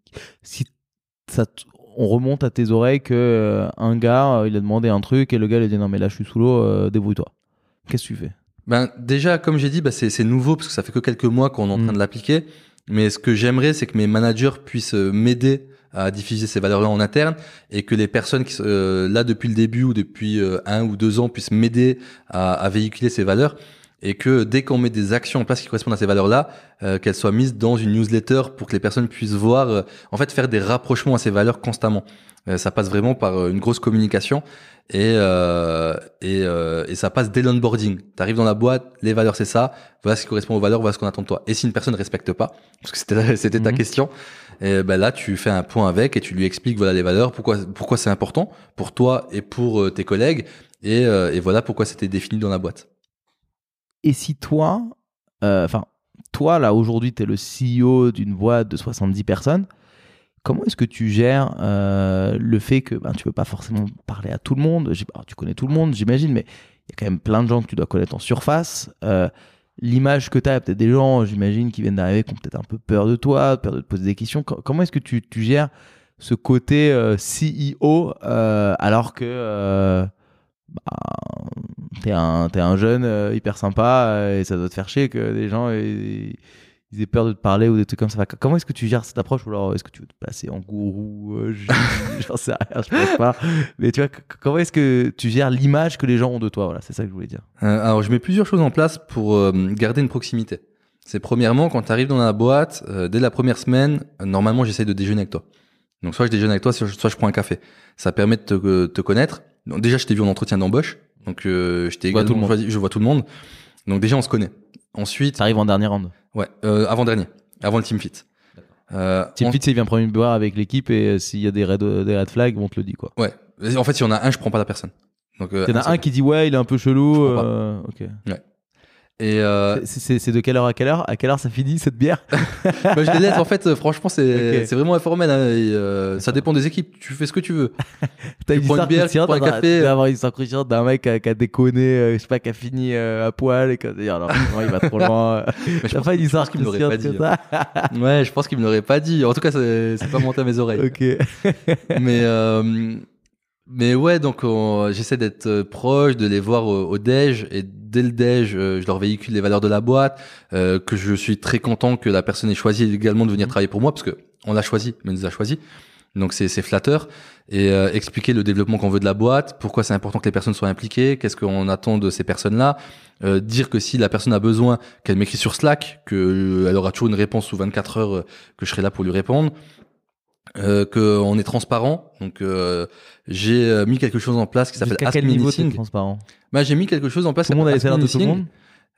on remonte à tes oreilles que un gars il a demandé un truc et le gars il a dit non mais là je suis sous l'eau, débrouille-toi. Qu'est-ce que tu fais? Déjà comme j'ai dit, c'est nouveau parce que ça fait que quelques mois qu'on est en train de l'appliquer. Mais ce que j'aimerais, c'est que mes managers puissent m'aider à diffuser ces valeurs-là en interne et que les personnes qui sont là depuis le début ou depuis 1 ou 2 ans puissent m'aider à véhiculer ces valeurs et que dès qu'on met des actions en place qui correspondent à ces valeurs-là, qu'elles soient mises dans une newsletter pour que les personnes puissent voir, en fait faire des rapprochements à ces valeurs constamment. Ça passe vraiment par une grosse communication et ça passe dès l'onboarding. T'arrives dans la boîte, les valeurs c'est ça, voilà ce qui correspond aux valeurs, voilà ce qu'on attend de toi. Et si une personne ne respecte pas, parce que c'était ta question, et là tu fais un point avec et tu lui expliques voilà les valeurs, pourquoi c'est important pour toi et pour tes collègues. Et voilà pourquoi c'était défini dans la boîte. Et si toi, toi là aujourd'hui, tu es le CEO d'une boîte de 70 personnes, comment est-ce que tu gères le fait que tu peux pas forcément parler à tout le monde? Alors, tu connais tout le monde, j'imagine, mais il y a quand même plein de gens que tu dois connaître en surface. L'image que tu as, peut-être des gens, j'imagine, qui viennent d'arriver, qui ont peut-être un peu peur de toi, peur de te poser des questions. Comment est-ce que tu gères ce côté CEO alors que t'es un jeune hyper sympa et ça doit te faire chier que des gens ils aient peur de te parler ou des trucs comme ça. Comment est-ce que tu gères cette approche, ou alors est-ce que tu veux te passer en gourou j'en sais rien, je pense pas. Mais tu vois, comment est-ce que tu gères l'image que les gens ont de toi? Voilà, c'est ça que je voulais dire. Alors je mets plusieurs choses en place pour garder une proximité. C'est premièrement, quand tu arrives dans la boîte, dès la première semaine, normalement j'essaye de déjeuner avec toi. Donc soit je déjeune avec toi, soit je prends un café. Ça permet de te connaître. Donc, déjà je t'ai vu en entretien d'embauche, donc je t'ai également choisi, je vois tout le monde. Donc déjà on se connaît. Ensuite, ça arrive en dernier round. Ouais, avant-dernier, avant le team fit. Team fit, c'est il vient prendre une boire avec l'équipe et s'il y a des red flags, on te le dit quoi. Ouais. En fait, s'il y en a un, je prends pas la personne. Donc il y en a un qui dit ouais, il est un peu chelou. Ok. Ouais. Et c'est de quelle heure à quelle heure? À quelle heure ça finit cette bière? Je les laisse en fait. Franchement, c'est vraiment informel. Hein, ça dépend des équipes. Tu fais ce que tu veux. T'as tu prends une bière, tu prends un café. Tu vas avoir une histoire croustillante d'un mec qui a déconné, je sais pas, qui a fini à poil et qui va dire alors il va trop loin. T'as pas une histoire qu'il me l'aurait pas dit. Ouais, je pense qu'il me l'aurait pas dit. En tout cas, c'est pas monté à mes oreilles. Ok. Mais ouais, donc j'essaie d'être proche, de les voir au déj, et dès le déj, je leur véhicule les valeurs de la boîte, que je suis très content que la personne ait choisi également de venir travailler pour moi, parce que on l'a choisi, mais elle nous a choisi. Donc c'est flatteur, et expliquer le développement qu'on veut de la boîte, pourquoi c'est important que les personnes soient impliquées, qu'est-ce qu'on attend de ces personnes-là, dire que si la personne a besoin, qu'elle m'écrit sur Slack, que elle aura toujours une réponse sous 24 heures, que je serai là pour lui répondre. Qu'on est transparent, donc j'ai mis quelque chose en place qui s'appelle Ask Me Anything. Transparent. J'ai mis quelque chose en place. Tout le monde a les salaires de tout le monde.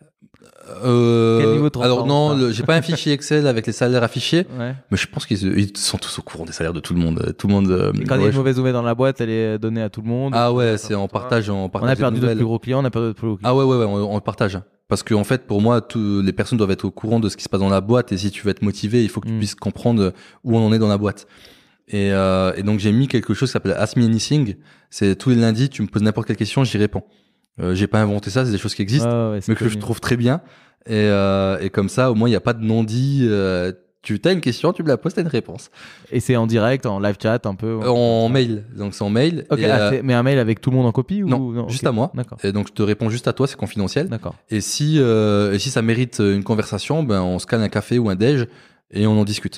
Quel niveau de alors non, j'ai pas un fichier Excel avec les salaires affichés, ouais. Mais je pense qu'ils sont tous au courant des salaires de tout le monde. Tout le monde. Et quand il y a une mauvaise nouvelle dans la boîte, elle est donnée à tout le monde. Ah ouais, c'est en partage. On a perdu notre plus gros client, on a perdu notre plus gros client. Ah ouais, on le partage. Parce que en fait, pour moi, les personnes doivent être au courant de ce qui se passe dans la boîte, et si tu veux être motivé, il faut que tu puisses comprendre où on en est dans la boîte. Et donc j'ai mis quelque chose qui s'appelle Ask Me Anything. C'est tous les lundis, tu me poses n'importe quelle question, j'y réponds. J'ai pas inventé ça, c'est des choses qui existent, mais que je trouve très bien. Et comme ça, au moins, il n'y a pas de non-dit. Tu as une question, tu me la poses, t'as une réponse. Et c'est en direct, en live chat, un peu en mail. Donc c'est en mail. Ok, mais un mail avec tout le monde en copie ou non, juste à moi. D'accord. Et donc je te réponds juste à toi, c'est confidentiel. D'accord. Et si ça mérite une conversation, on se calme un café ou un déj et on en discute.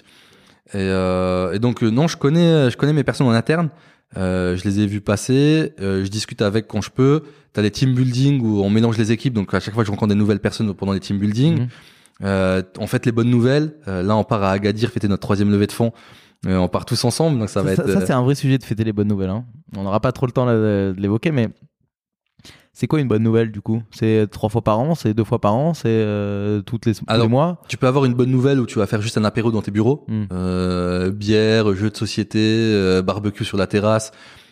Et donc non, je connais mes personnes en interne. Je les ai vus passer. Je discute avec quand je peux. T'as les team building où on mélange les équipes. Donc à chaque fois, je rencontre des nouvelles personnes pendant les team building. On fait les bonnes nouvelles. Là, on part à Agadir fêter notre 3e levée de fonds. On part tous ensemble, donc ça va être. Ça, c'est un vrai sujet de fêter les bonnes nouvelles. Hein. On n'aura pas trop le temps de l'évoquer, mais c'est quoi une bonne nouvelle du coup? C'est 3 fois par an? C'est 2 fois par an? C'est tous les mois? Tu peux avoir une bonne nouvelle où tu vas faire juste un apéro dans tes bureaux, bière, jeux de société, barbecue sur la terrasse,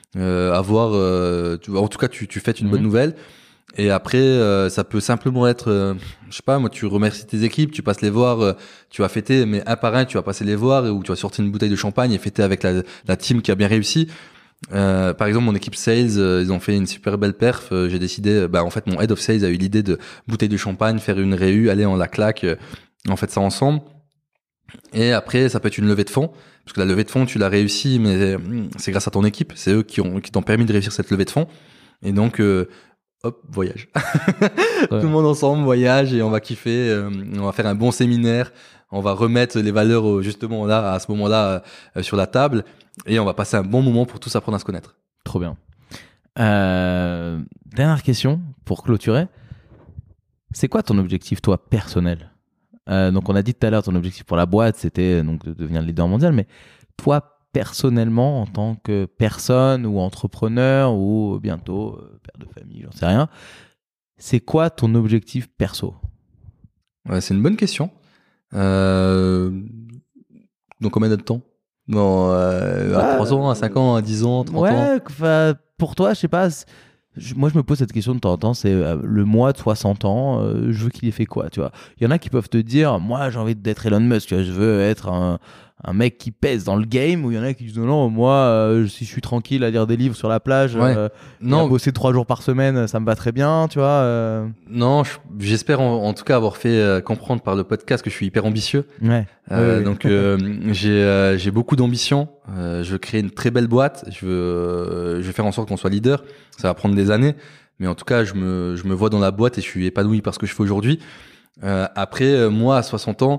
en tout cas tu fêtes une bonne nouvelle. Et après, ça peut simplement être, je sais pas, moi, tu remercies tes équipes, tu passes les voir, tu vas fêter, mais un par un, tu vas passer les voir, ou tu vas sortir une bouteille de champagne et fêter avec la team qui a bien réussi. Par exemple, mon équipe sales, ils ont fait une super belle perf. J'ai décidé, en fait, mon head of sales a eu l'idée de bouteille de champagne, faire une réu, aller en la claque, en fait ça ensemble. Et après, ça peut être une levée de fonds, parce que la levée de fonds, tu l'as réussi, mais c'est grâce à ton équipe, c'est eux qui t'ont permis de réussir cette levée de fonds. Et donc hop, voyage. Ouais. Tout le monde ensemble, voyage, et on va kiffer. On va faire un bon séminaire. On va remettre les valeurs justement là, à ce moment-là, sur la table, et on va passer un bon moment pour tous apprendre à se connaître. Trop bien. Dernière question pour clôturer. C'est quoi ton objectif, toi, personnel? Donc, on a dit tout à l'heure, ton objectif pour la boîte, c'était donc de devenir le leader mondial, mais toi, personnellement, en tant que personne ou entrepreneur ou bientôt père de famille, j'en sais rien, c'est quoi ton objectif perso? Ouais, c'est une bonne question. Dans combien de temps? À 3 ans, à 5 ans, à 10 ans, 30 ans? Ouais, pour toi, je sais pas, Moi, je me pose cette question de temps en temps, c'est le moi de 60 ans, je veux qu'il ait fait quoi, tu vois. Il y en a qui peuvent te dire, moi, j'ai envie d'être Elon Musk, tu vois, je veux être un mec qui pèse dans le game, ou il y en a qui disent, non, moi, si je suis tranquille à lire des livres sur la plage, et à bosser 3 jours par semaine, ça me va très bien, tu vois. Non, j'espère en tout cas avoir fait comprendre par le podcast que je suis hyper ambitieux. Ouais. Donc j'ai beaucoup d'ambition. Je veux créer une très belle boîte. Je veux faire en sorte qu'on soit leader. Ça va prendre des années, mais en tout cas, je me vois dans la boîte et je suis épanoui par ce que je fais aujourd'hui. Après, moi, à 60 ans,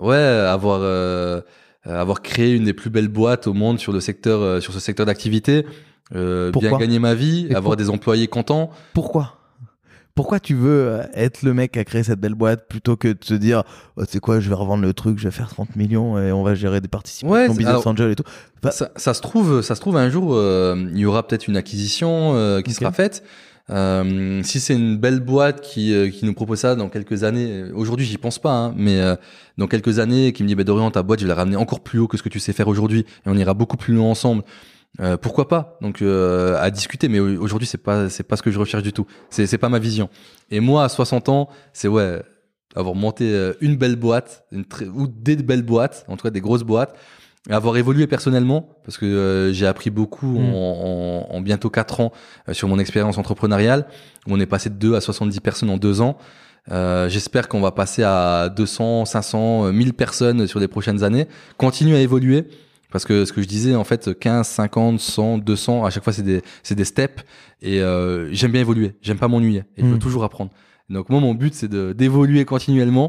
avoir créé une des plus belles boîtes au monde sur ce secteur d'activité, bien gagner ma vie, avoir des employés contents. Pourquoi tu veux être le mec qui a créé cette belle boîte plutôt que de se dire tu sais quoi, je vais revendre le truc, je vais faire 30 millions et on va gérer des participations business angel et tout. Ça se trouve un jour il y aura peut-être une acquisition qui sera faite. Si c'est une belle boîte qui nous propose ça dans quelques années, aujourd'hui j'y pense pas, hein, mais dans quelques années, qui me dit Dorian, ta boîte je vais la ramener encore plus haut que ce que tu sais faire aujourd'hui et on ira beaucoup plus loin ensemble. Pourquoi pas? Donc à discuter, mais aujourd'hui c'est pas ce que je recherche du tout. C'est pas ma vision. Et moi à 60 ans, c'est avoir monté une belle boîte, ou des belles boîtes, en tout cas des grosses boîtes, avoir évolué personnellement parce que j'ai appris beaucoup en bientôt 4 ans sur mon expérience entrepreneuriale où on est passé de 2 à 70 personnes en 2 ans. J'espère qu'on va passer à 200, 500, 1000 personnes sur les prochaines années. Continuer à évoluer. Parce que ce que je disais, en fait, 15, 50, 100, 200, à chaque fois, c'est des steps. Et j'aime bien évoluer. J'aime pas m'ennuyer. Et je veux toujours apprendre. Donc moi, mon but, c'est d'évoluer continuellement,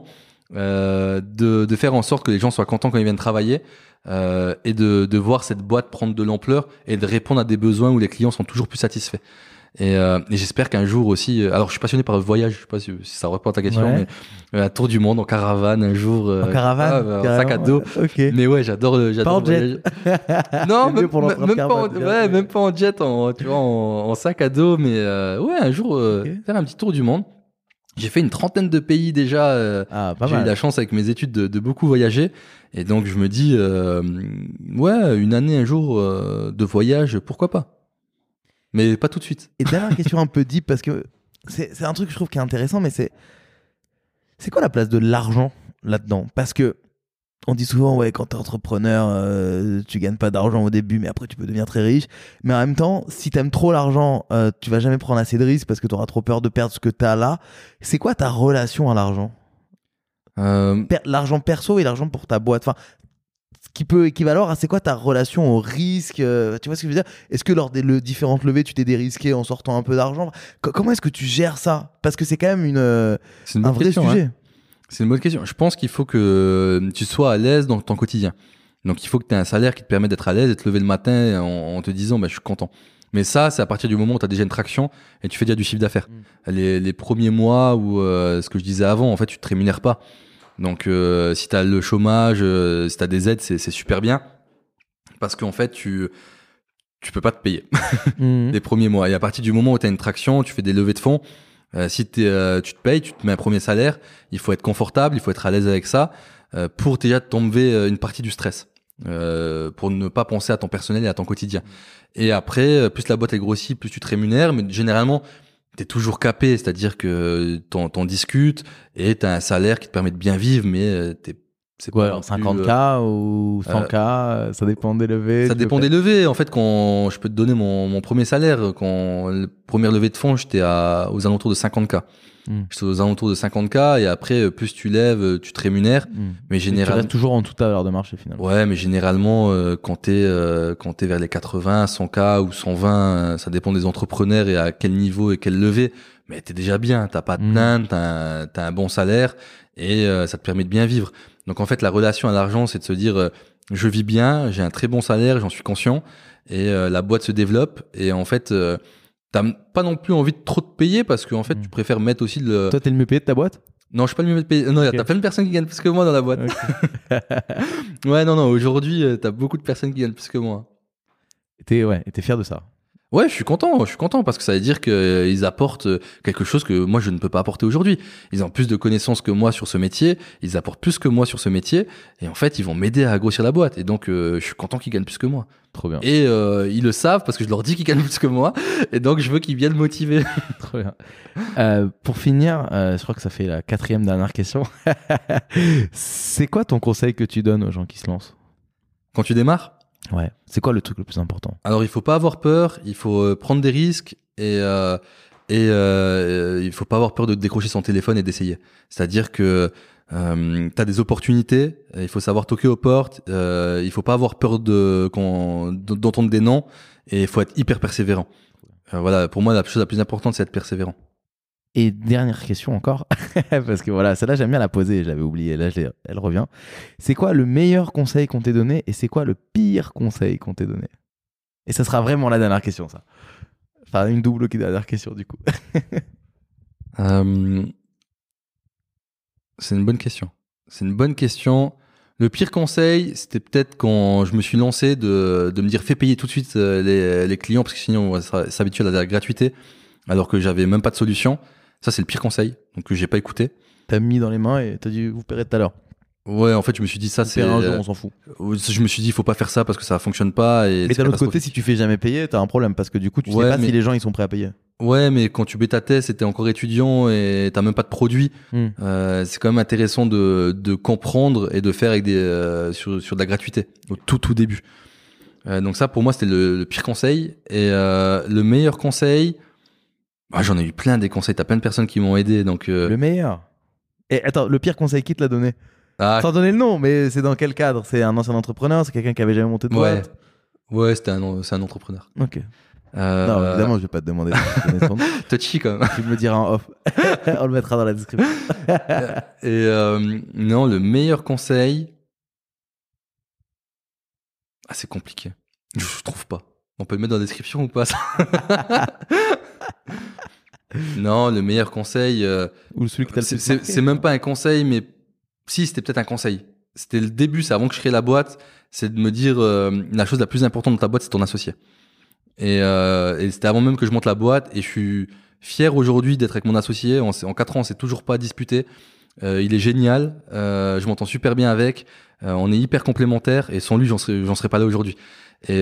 de faire en sorte que les gens soient contents quand ils viennent travailler, et de voir cette boîte prendre de l'ampleur et de répondre à des besoins où les clients sont toujours plus satisfaits. Et j'espère qu'un jour aussi, alors je suis passionné par le voyage, je sais pas si ça répond à ta question, mais un tour du monde en caravane un jour, en caravane, en sac à dos. Okay. Mais ouais, j'adore pas en jet. Non, même pas en jet, tu vois, en sac à dos, mais un jour faire un petit tour du monde. J'ai fait une 30aine de pays déjà. J'ai eu la chance avec mes études de beaucoup voyager, et donc je me dis une année, un jour de voyage, pourquoi pas? Mais pas tout de suite. Et dernière question un peu deep, parce que c'est un truc que je trouve qui est intéressant, mais c'est quoi la place de l'argent là-dedans? Parce que on dit souvent, quand t'es entrepreneur, tu gagnes pas d'argent au début, mais après tu peux devenir très riche. Mais en même temps, si t'aimes trop l'argent, tu vas jamais prendre assez de risques parce que t'auras trop peur de perdre ce que t'as là. C'est quoi ta relation à l'argent? L'argent perso et l'argent pour ta boîte. Enfin, ce qui peut équivaloir à c'est quoi ta relation au risque, tu vois ce que je veux dire? Est-ce que lors des différentes levées tu t'es dérisqué en sortant un peu d'argent? Comment est-ce que tu gères ça? Parce que c'est quand même un vrai sujet. Hein. C'est une bonne question. Je pense qu'il faut que tu sois à l'aise dans ton quotidien. Donc il faut que tu aies un salaire qui te permet d'être à l'aise et de te lever le matin en te disant je suis content. Mais ça, c'est à partir du moment où tu as déjà une traction et tu fais déjà du chiffre d'affaires. Les premiers mois où ce que je disais avant, en fait, tu te rémunères pas. Donc si tu as le chômage, si tu as des aides, c'est super bien parce qu'en fait tu peux pas te payer les premiers mois. Et à partir du moment où tu as une traction, tu fais des levées de fonds, si tu te payes, tu te mets un premier salaire, il faut être confortable, il faut être à l'aise avec ça pour déjà t'enlever une partie du stress, pour ne pas penser à ton personnel et à ton quotidien. Et après, plus la boîte est grossit, plus tu te rémunères, mais généralement t'es toujours capé, c'est-à-dire que t'en discutes et t'as un salaire qui te permet de bien vivre, mais c'est quoi alors 50K ou 100K, ça dépend des levées. Ça dépend des levées. En fait, quand je peux te donner mon premier salaire, quand la première levée de fonds, j'étais aux alentours de 50K. J'étais aux alentours de 50K et après, plus tu lèves, tu te rémunères. Mais généralement, tu restes toujours en toute ta valeur de marché finalement. Ouais, mais généralement, quand t'es vers les 80, 100K ou 120, ça dépend des entrepreneurs et à quel niveau et quelle levée. Mais t'es déjà bien, t'as pas de plainte, t'as un bon salaire et ça te permet de bien vivre. Donc en fait, la relation à l'argent, c'est de se dire je vis bien, j'ai un très bon salaire, j'en suis conscient et la boîte se développe et en fait t'as pas non plus envie de trop te payer parce qu'en fait tu préfères mettre aussi le... Toi t'es le mieux payé de ta boîte? Non, je suis pas le mieux payé. Non, t'as plein de personnes qui gagnent plus que moi dans la boîte. Ouais, non, aujourd'hui t'as beaucoup de personnes qui gagnent plus que moi. Et t'es fier de ça? Ouais, je suis content parce que ça veut dire qu'ils apportent quelque chose que moi je ne peux pas apporter aujourd'hui. Ils ont plus de connaissances que moi sur ce métier, ils apportent plus que moi sur ce métier, et en fait ils vont m'aider à grossir la boîte. Et donc je suis content qu'ils gagnent plus que moi. Trop bien. Et ils le savent parce que je leur dis qu'ils gagnent plus que moi, et donc je veux qu'ils viennent motiver. Trop bien. Pour finir, je crois que ça fait la 4e dernière question. C'est quoi ton conseil que tu donnes aux gens qui se lancent? Quand tu démarres, Ouais. C'est quoi le truc le plus important? alors il faut pas avoir peur, il faut prendre des risques et il faut pas avoir peur de décrocher son téléphone et d'essayer. C'est-à-dire que t'as des opportunités, il faut savoir toquer aux portes, il faut pas avoir peur d'entendre des noms, et il faut être hyper persévérant. Voilà, pour moi la chose la plus importante c'est être persévérant. Et dernière question encore, parce que voilà, celle-là j'aime bien la poser, je l'avais oubliée, là elle revient. C'est quoi le meilleur conseil qu'on t'ait donné et c'est quoi le pire conseil qu'on t'ait donné? Et ça sera vraiment la dernière question, ça. Enfin, une double dernière question du coup. C'est une bonne question. Le pire conseil, c'était peut-être quand je me suis lancé de me dire fais payer tout de suite les clients, parce que sinon on va s'habituer à la gratuité, alors que j'avais même pas de solution. Ça, c'est le pire conseil, donc j'ai pas écouté. T'as mis dans les mains et t'as dit vous paierez tout à l'heure. Ouais, en fait, je me suis dit ça, c'est. Un jour, on s'en fout. Je me suis dit, il faut pas faire ça parce que ça fonctionne pas. Mais d'un autre côté, si tu fais jamais payer, t'as un problème parce que du coup, tu sais pas si les gens ils sont prêts à payer. Ouais, mais quand tu bêta-testes, t'es encore étudiant et t'as même pas de produit. C'est quand même intéressant de comprendre et de faire avec sur de la gratuité au tout début. Donc ça, pour moi, c'était le pire conseil. Et le meilleur conseil, j'en ai eu plein des conseils. T'as plein de personnes qui m'ont aidé. Donc le meilleur. Et attends, le pire conseil qui te l'a donné? Sans donner le nom, mais c'est dans quel cadre? C'est un ancien entrepreneur? C'est quelqu'un qui avait jamais monté de boîte? Ouais, c'est un entrepreneur. Ok. Non, évidemment, je vais pas te demander de donner son nom. Touchy quand même. Tu me le diras en off. On le mettra dans la description. Et non, le meilleur conseil, c'est compliqué. Je trouve pas. On peut le mettre dans la description ou pas ça? Non, le meilleur conseil. Ou celui que t'as le plus marqué, c'est même pas un conseil, mais si, c'était peut-être un conseil. C'était le début, c'est avant que je crée la boîte, c'est de me dire la chose la plus importante dans ta boîte, c'est ton associé. Et c'était avant même que je monte la boîte, et je suis fier aujourd'hui d'être avec mon associé. En 4 ans, on s'est toujours pas disputé. Il est génial, je m'entends super bien avec. On est hyper complémentaires, et sans lui, j'en serais pas là aujourd'hui. Et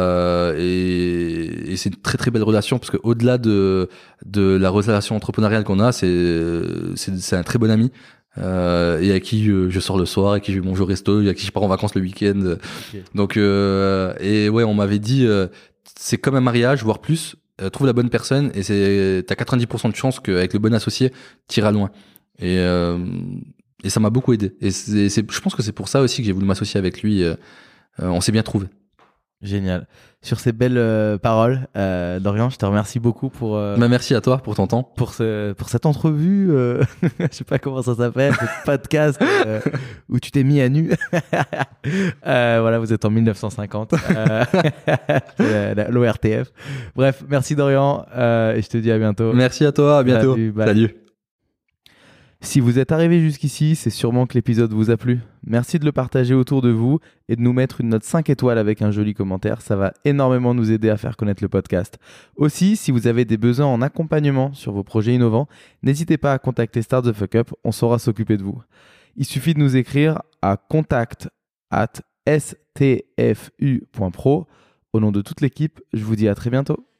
c'est une très très belle relation, parce que au-delà de la relation entrepreneuriale qu'on a, c'est un très bon ami. Et à qui je sors le soir, à qui je mange au resto, à qui je pars en vacances le week-end. Okay. Donc et ouais, on m'avait dit c'est comme un mariage, voire plus. Trouve la bonne personne et t'as 90% de chance qu'avec le bon associé, t'iras loin. Et ça m'a beaucoup aidé. Et je pense que c'est pour ça aussi que j'ai voulu m'associer avec lui. On s'est bien trouvé. Génial. Sur ces belles paroles, Dorian, je te remercie beaucoup pour. Merci à toi pour ton temps. Pour cette entrevue, je sais pas comment ça s'appelle, ce podcast où tu t'es mis à nu. Voilà, vous êtes en 1950. L'ORTF. Bref, merci Dorian et je te dis à bientôt. Merci à toi, à bientôt. Salut. Si vous êtes arrivé jusqu'ici, c'est sûrement que l'épisode vous a plu. Merci de le partager autour de vous et de nous mettre une note 5 étoiles avec un joli commentaire. Ça va énormément nous aider à faire connaître le podcast. Aussi, si vous avez des besoins en accompagnement sur vos projets innovants, n'hésitez pas à contacter Start the Fuck Up, on saura s'occuper de vous. Il suffit de nous écrire à contact@stfu.pro. Au nom de toute l'équipe, je vous dis à très bientôt.